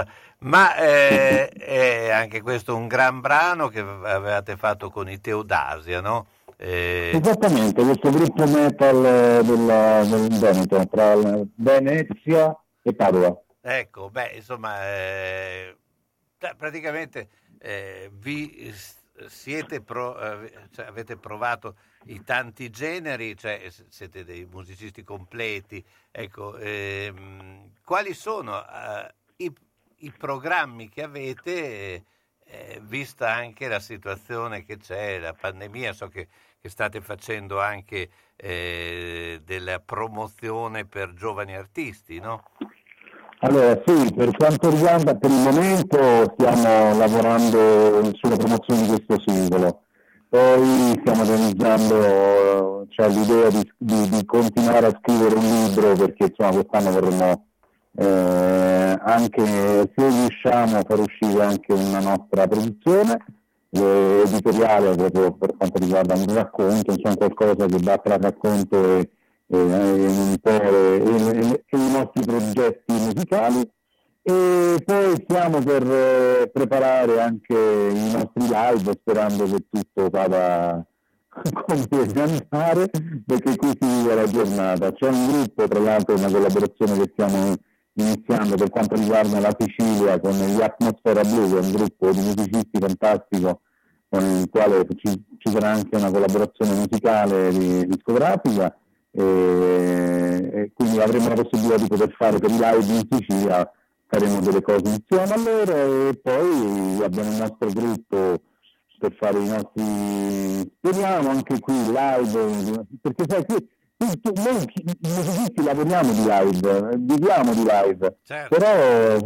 Ma è anche questo un gran brano che avevate fatto con i Teodasia, no? Esattamente, questo gruppo metal del Veneto, tra Venezia e Padova. Ecco, insomma, praticamente vi siete cioè, avete provato i tanti generi, cioè siete dei musicisti completi. Ecco, quali sono i programmi che avete, vista anche la situazione che c'è, la pandemia? So che state facendo anche della promozione per giovani artisti, no? Allora sì, per quanto riguarda, per il momento stiamo lavorando sulla promozione di questo singolo, poi stiamo organizzando, cioè, l'idea di continuare a scrivere un libro, perché insomma quest'anno vorremmo anche, se riusciamo, a far uscire anche una nostra produzione editoriale, proprio per quanto riguarda un racconto, insomma qualcosa che va tra il racconto e un po' i nostri progetti musicali, e poi stiamo per preparare anche i nostri live, sperando che tutto vada come deve andare, perché qui si vive la giornata. C'è un gruppo, tra l'altro una collaborazione che stiamo iniziando per quanto riguarda la Sicilia con gli Atmosfera Blu, che è un gruppo di musicisti fantastico con il quale ci sarà anche una collaborazione musicale discografica. E quindi avremo la possibilità di poter fare per i live in Sicilia, faremo delle cose insieme a loro, e poi abbiamo il nostro gruppo per fare i nostri, speriamo anche qui live, perché sai qui noi musicisti lavoriamo di live, viviamo di live, certo. Però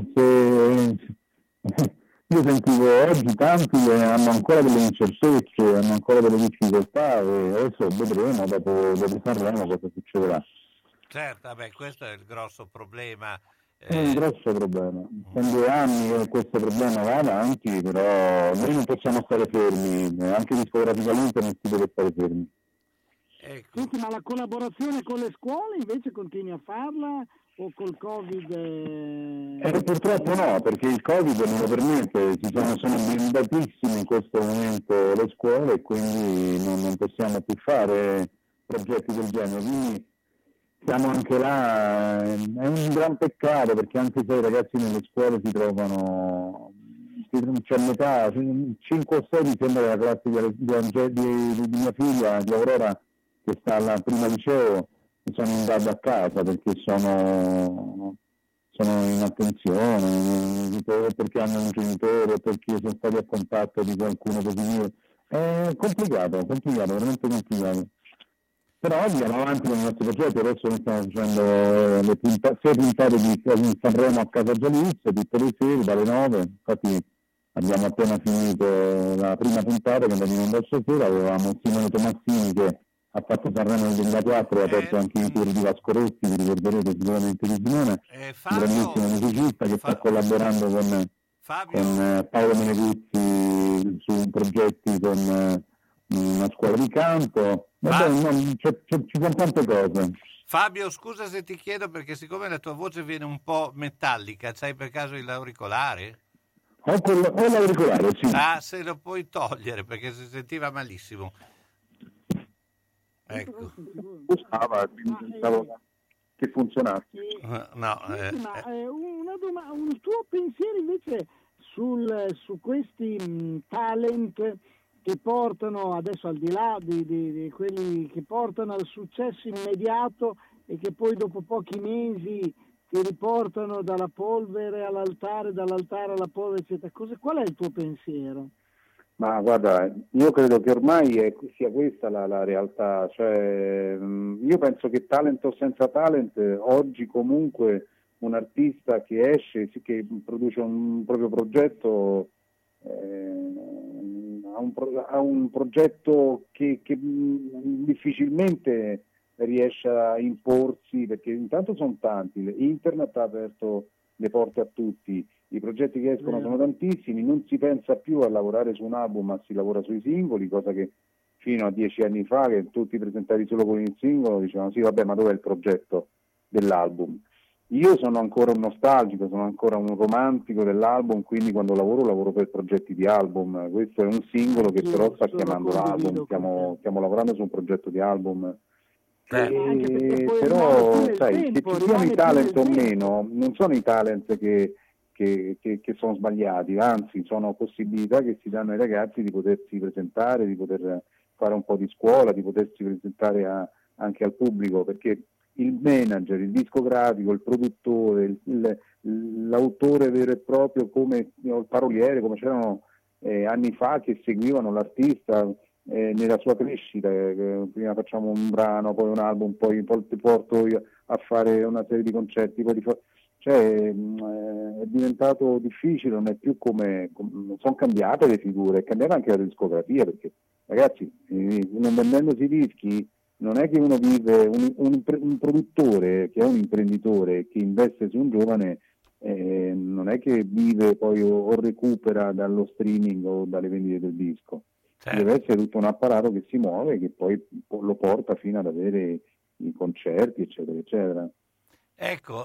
io sentivo oggi tanti che hanno ancora delle incertezze, hanno ancora delle difficoltà, e adesso vedremo dopo Sanremo cosa succederà. Certo, questo è il grosso problema. È un grosso problema. Sono 2 anni che questo problema va avanti, però noi non possiamo stare fermi, anche discograficamente non si deve stare fermi. Ecco. Senti, ma la collaborazione con le scuole invece continui a farla o col Covid? Purtroppo no, perché il Covid non lo permette, sono blindatissime in questo momento le scuole, e quindi non possiamo più fare progetti del genere, quindi siamo anche là, è un gran peccato, perché anche se i ragazzi nelle scuole si trovano, c'è metà, 5 o 6 mi sembra della classe di mia figlia, di Aurora, che sta alla prima liceo, sono andato a casa perché sono in attenzione, perché hanno un genitore, perché sono stati a contatto di qualcuno positivo. È complicato, veramente complicato. Però andiamo avanti con i nostri progetti. Adesso noi stiamo facendo le 6 puntate di Sanremo a Casa Gializia, tutte le sere dalle 9, infatti abbiamo appena finito la prima puntata che andiamo in onda stasera. Avevamo Simone Tomassini che ha fatto Sanremo nel 2004 e ha aperto anche i tour di Vasco Rossi, vi ricorderete sicuramente di Simone, un grandissimo musicista che sta collaborando con Paolo Meneguzzi su progetti con una scuola di canto. Ci sono tante cose. Fabio, scusa se ti chiedo, perché siccome la tua voce viene un po' metallica, c'hai per caso l'auricolare? Ho l'auricolare, sì. Se lo puoi togliere, perché si sentiva malissimo. Ecco. Pensavo che funzionasse. No, ma un tuo pensiero invece su questi talent che portano adesso, al di là di quelli che portano al successo immediato e che poi dopo pochi mesi ti riportano dalla polvere all'altare, dall'altare alla polvere, eccetera. Qual è il tuo pensiero? Ma guarda, io credo che ormai sia questa la realtà, cioè io penso che talent o senza talent, oggi comunque un artista che esce, che produce un proprio progetto, ha un progetto che difficilmente riesce a imporsi, perché intanto sono tanti, internet ha aperto le porte a tutti, i progetti che escono sono tantissimi, non si pensa più a lavorare su un album, ma si lavora sui singoli, cosa che fino a 10 anni fa, che tu ti presentavi solo con il singolo, dicevano sì vabbè, ma dov'è il progetto dell'album? Io sono ancora un nostalgico, sono ancora un romantico dell'album, quindi quando lavoro per progetti di album. Questo è un singolo che però sta chiamando l'album, stiamo lavorando su un progetto di album. Però sai, che ci siano i talent o meno, non sono i talent che sono sbagliati, anzi sono possibilità che si danno ai ragazzi di potersi presentare, di poter fare un po' di scuola, di potersi presentare anche al pubblico, perché il manager, il discografico, il produttore, l'autore vero e proprio, come il paroliere, come c'erano anni fa, che seguivano l'artista nella sua crescita, prima facciamo un brano, poi un album, poi ti porto a fare una serie di concerti, poi è diventato difficile, non è più come sono cambiate le figure, è cambiata anche la discografia, perché ragazzi, non vendendosi dischi non è che uno vive, un produttore che è un imprenditore che investe su un giovane, non è che vive poi o recupera dallo streaming o dalle vendite del disco. Deve essere tutto un apparato che si muove, che poi lo porta fino ad avere i concerti, eccetera, eccetera. Ecco,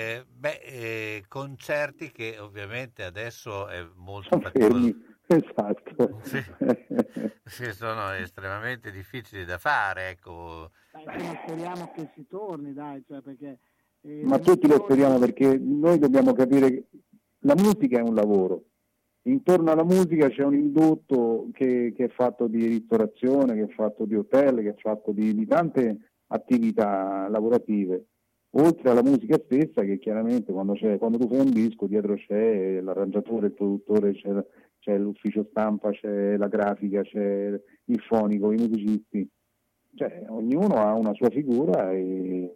concerti che ovviamente adesso è molto faticoso. Esatto. Sì, sono estremamente difficili da fare, ecco. Speriamo che si torni, dai, cioè perché... Ma tutti lo speriamo, perché noi dobbiamo capire che la musica è un lavoro. Intorno alla musica c'è un indotto che è fatto di ristorazione, che è fatto di hotel, che è fatto di tante attività lavorative, oltre alla musica stessa, che chiaramente quando tu fai un disco dietro c'è l'arrangiatore, il produttore, c'è l'ufficio stampa, c'è la grafica, c'è il fonico, i musicisti, cioè ognuno ha una sua figura e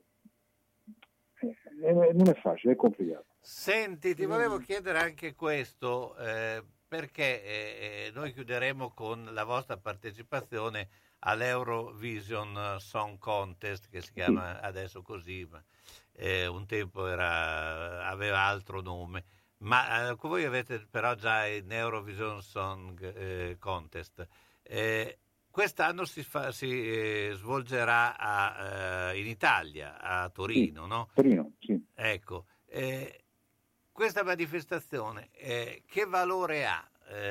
non è facile, è complicato. Senti, ti volevo chiedere anche questo, perché noi chiuderemo con la vostra partecipazione all'Eurovision Song Contest, che si chiama adesso così, ma un tempo aveva altro nome, ma voi avete però già in Eurovision Song Contest. Quest'anno si svolgerà in Italia, a Torino, no? Torino, sì. Ecco, questa manifestazione che valore ha?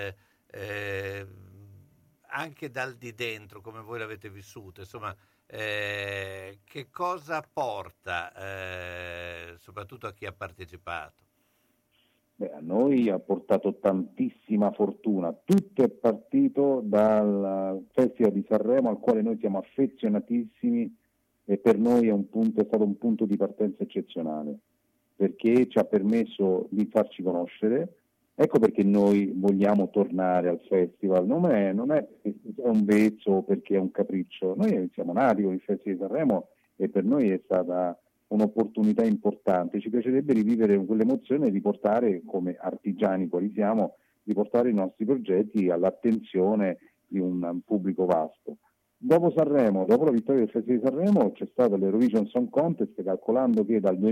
Anche dal di dentro, come voi l'avete vissuta, insomma, che cosa porta soprattutto a chi ha partecipato? A noi ha portato tantissima fortuna. Tutto è partito dal Festival di Sanremo, al quale noi siamo affezionatissimi, e per noi è stato un punto di partenza eccezionale, perché ci ha permesso di farci conoscere. Ecco perché noi vogliamo tornare al festival, non è un vezzo, perché è un capriccio. Noi siamo nati con il Festival di Sanremo e per noi è stata un'opportunità importante. Ci piacerebbe rivivere quell'emozione di portare, come artigiani quali siamo, di portare i nostri progetti all'attenzione di un pubblico vasto. Dopo Sanremo, dopo la vittoria del Festival di Sanremo, c'è stato l'Eurovision Song Contest, calcolando che dal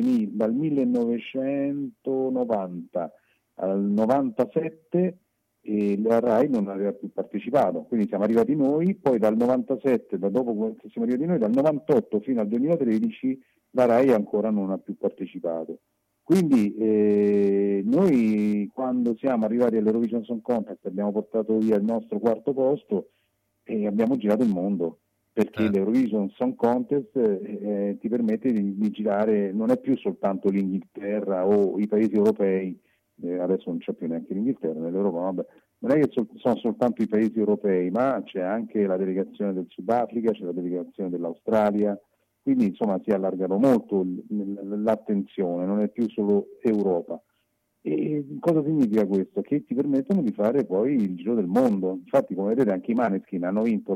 1990 al 97 la RAI non aveva più partecipato, quindi siamo arrivati noi, poi dal 97, dopo siamo arrivati noi, dal 98 fino al 2013 la RAI ancora non ha più partecipato. Quindi noi, quando siamo arrivati all'Eurovision Song Contest, abbiamo portato via il nostro quarto posto e abbiamo girato il mondo, perché l'Eurovision Song Contest ti permette di girare, non è più soltanto l'Inghilterra o i paesi europei, adesso non c'è più neanche l'Inghilterra nell'Europa, vabbè. Non è che sono soltanto i paesi europei, ma c'è anche la delegazione del Sudafrica, c'è la delegazione dell'Australia, quindi insomma si è allargato molto l'attenzione, non è più solo Europa. E cosa significa questo? Che ti permettono di fare poi il giro del mondo. Infatti, come vedete, anche i Maneskin hanno vinto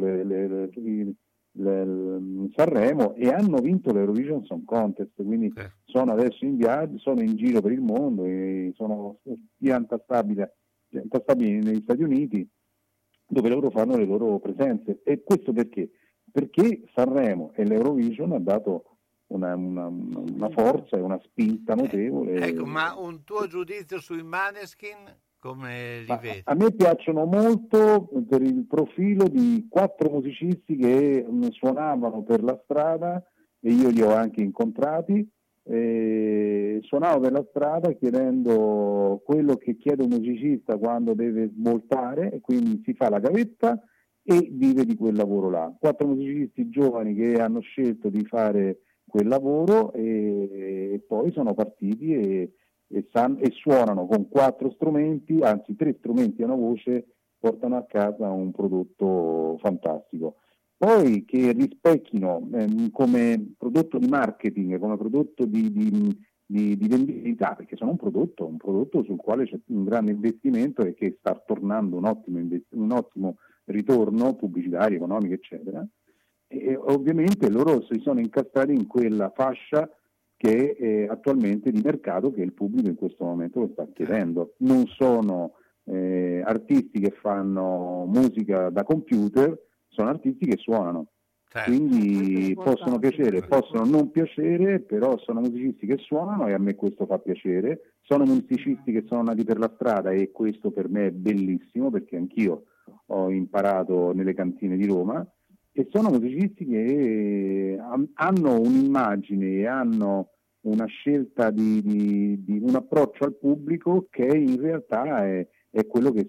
Sanremo e hanno vinto l'Eurovision Song Contest, quindi sono adesso in viaggio, sono in giro per il mondo e sono pianta stabili negli Stati Uniti, dove loro fanno le loro presenze. E questo perché? Perché Sanremo e l'Eurovision ha dato una forza e una spinta notevole. Ecco, ma un tuo giudizio sui Maneskin come li vedi? A me piacciono molto per il profilo di 4 musicisti che suonavano per la strada, e io li ho anche incontrati, suonavo per la strada chiedendo quello che chiede un musicista quando deve svoltare, e quindi si fa la gavetta e vive di quel lavoro là. 4 musicisti giovani che hanno scelto di fare quel lavoro e poi sono partiti e suonano con 4 strumenti, anzi 3 strumenti e una voce, portano a casa un prodotto fantastico. Poi che rispecchino come prodotto di marketing, come prodotto di vendita, perché sono un prodotto sul quale c'è un grande investimento e che sta tornando un ottimo ritorno pubblicitario, economico, eccetera. E ovviamente loro si sono incastrati in quella fascia che è attualmente di mercato che il pubblico in questo momento lo sta chiedendo. Non sono artisti che fanno musica da computer, sono artisti che suonano. Quindi possono piacere, possono non piacere, però sono musicisti che suonano e a me questo fa piacere. Sono musicisti che sono nati per la strada e questo per me è bellissimo, perché anch'io ho imparato nelle cantine di Roma, e sono musicisti che hanno un'immagine e hanno una scelta di un approccio al pubblico che in realtà è quello che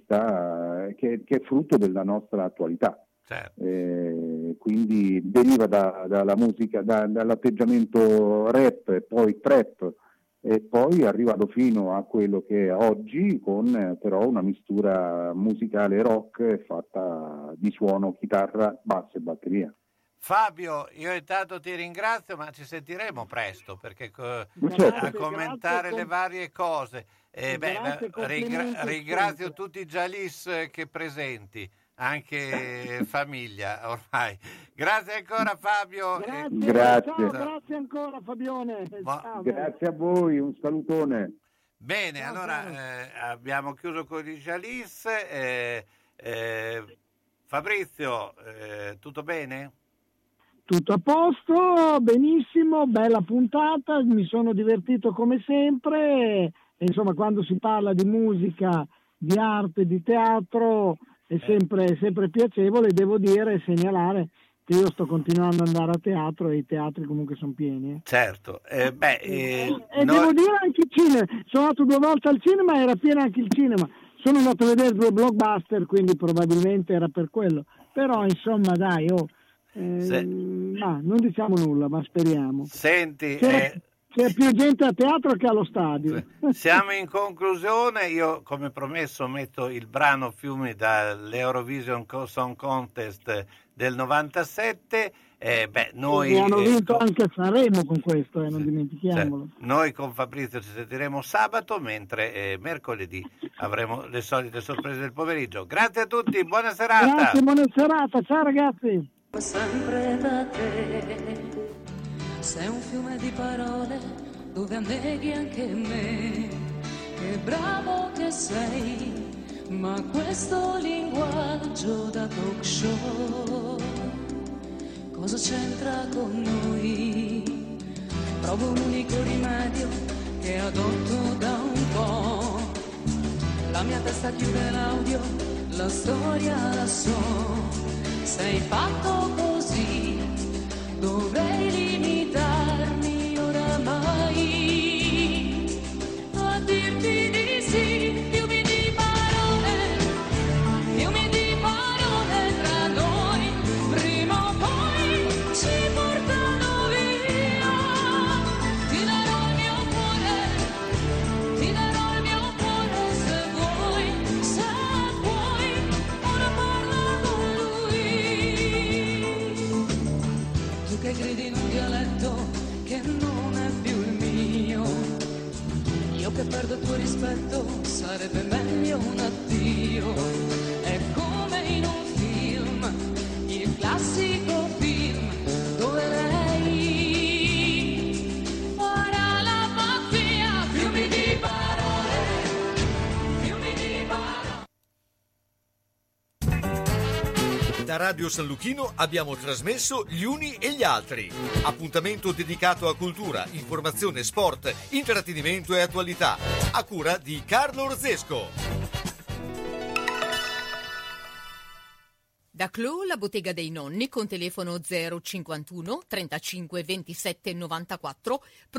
è frutto della nostra attualità. Quindi deriva dalla musica, dall'atteggiamento rap e poi trap, e poi è arrivato fino a quello che è oggi, con però una mistura musicale rock fatta di suono, chitarra, basso e batteria. Fabio, io intanto ti ringrazio, ma ci sentiremo presto, perché a commentare le varie cose. Ringrazio tutti i Jalis che presenti, anche famiglia ormai. Grazie ancora Fabio. Grazie. Ciao, grazie ancora Fabione. Ciao, grazie a voi, un salutone. Bene, allora abbiamo chiuso con i Jalis. Fabrizio, tutto bene? Tutto a posto, benissimo, bella puntata, mi sono divertito come sempre, e insomma quando si parla di musica, di arte, di teatro è sempre piacevole, devo dire e segnalare che io sto continuando ad andare a teatro e i teatri comunque sono pieni. Certo, devo dire anche il cinema, sono andato 2 volte al cinema, era pieno anche il cinema, sono andato a vedere 2 blockbuster, quindi probabilmente era per quello, però insomma dai, ma non diciamo nulla, ma speriamo. Senti, c'è più gente a teatro che allo stadio. Siamo in conclusione. Io, come promesso, metto il brano Fiumi dall'Eurovision Song Contest del 97. Noi hanno vinto anche Sanremo con questo, non dimentichiamolo. Noi con Fabrizio ci sentiremo sabato, mentre mercoledì avremo le solite sorprese del pomeriggio. Grazie a tutti, buona serata. Grazie, buona serata, ciao ragazzi. Sempre da te, sei un fiume di parole dove anneghi anche me, che bravo che sei, ma questo linguaggio da talk show cosa c'entra con noi? Provo un unico rimedio che adotto da un po', la mia testa chiude l'audio, la storia la so. Sei fatto così, dovrei limitarmi oramai a dirti di sì. Fiumi di parole tra noi, prima o poi ci portano via. Ti darò il mio cuore se vuoi, ora parla con lui. Tu che credi in un dialetto che non è più il mio, io che perdo il tuo rispetto, sarebbe meglio un addio. È come in un film, il classico film dove lei farà la pazzia. Fiumi di parole, fiumi di parole. Da Radio San Luchino abbiamo trasmesso Gli Uni e gli Altri. Appuntamento dedicato a cultura, informazione, sport, intrattenimento e attualità. A cura di Carlo Orzesco. Da Clou, la bottega dei nonni, con telefono 051 35 27 94,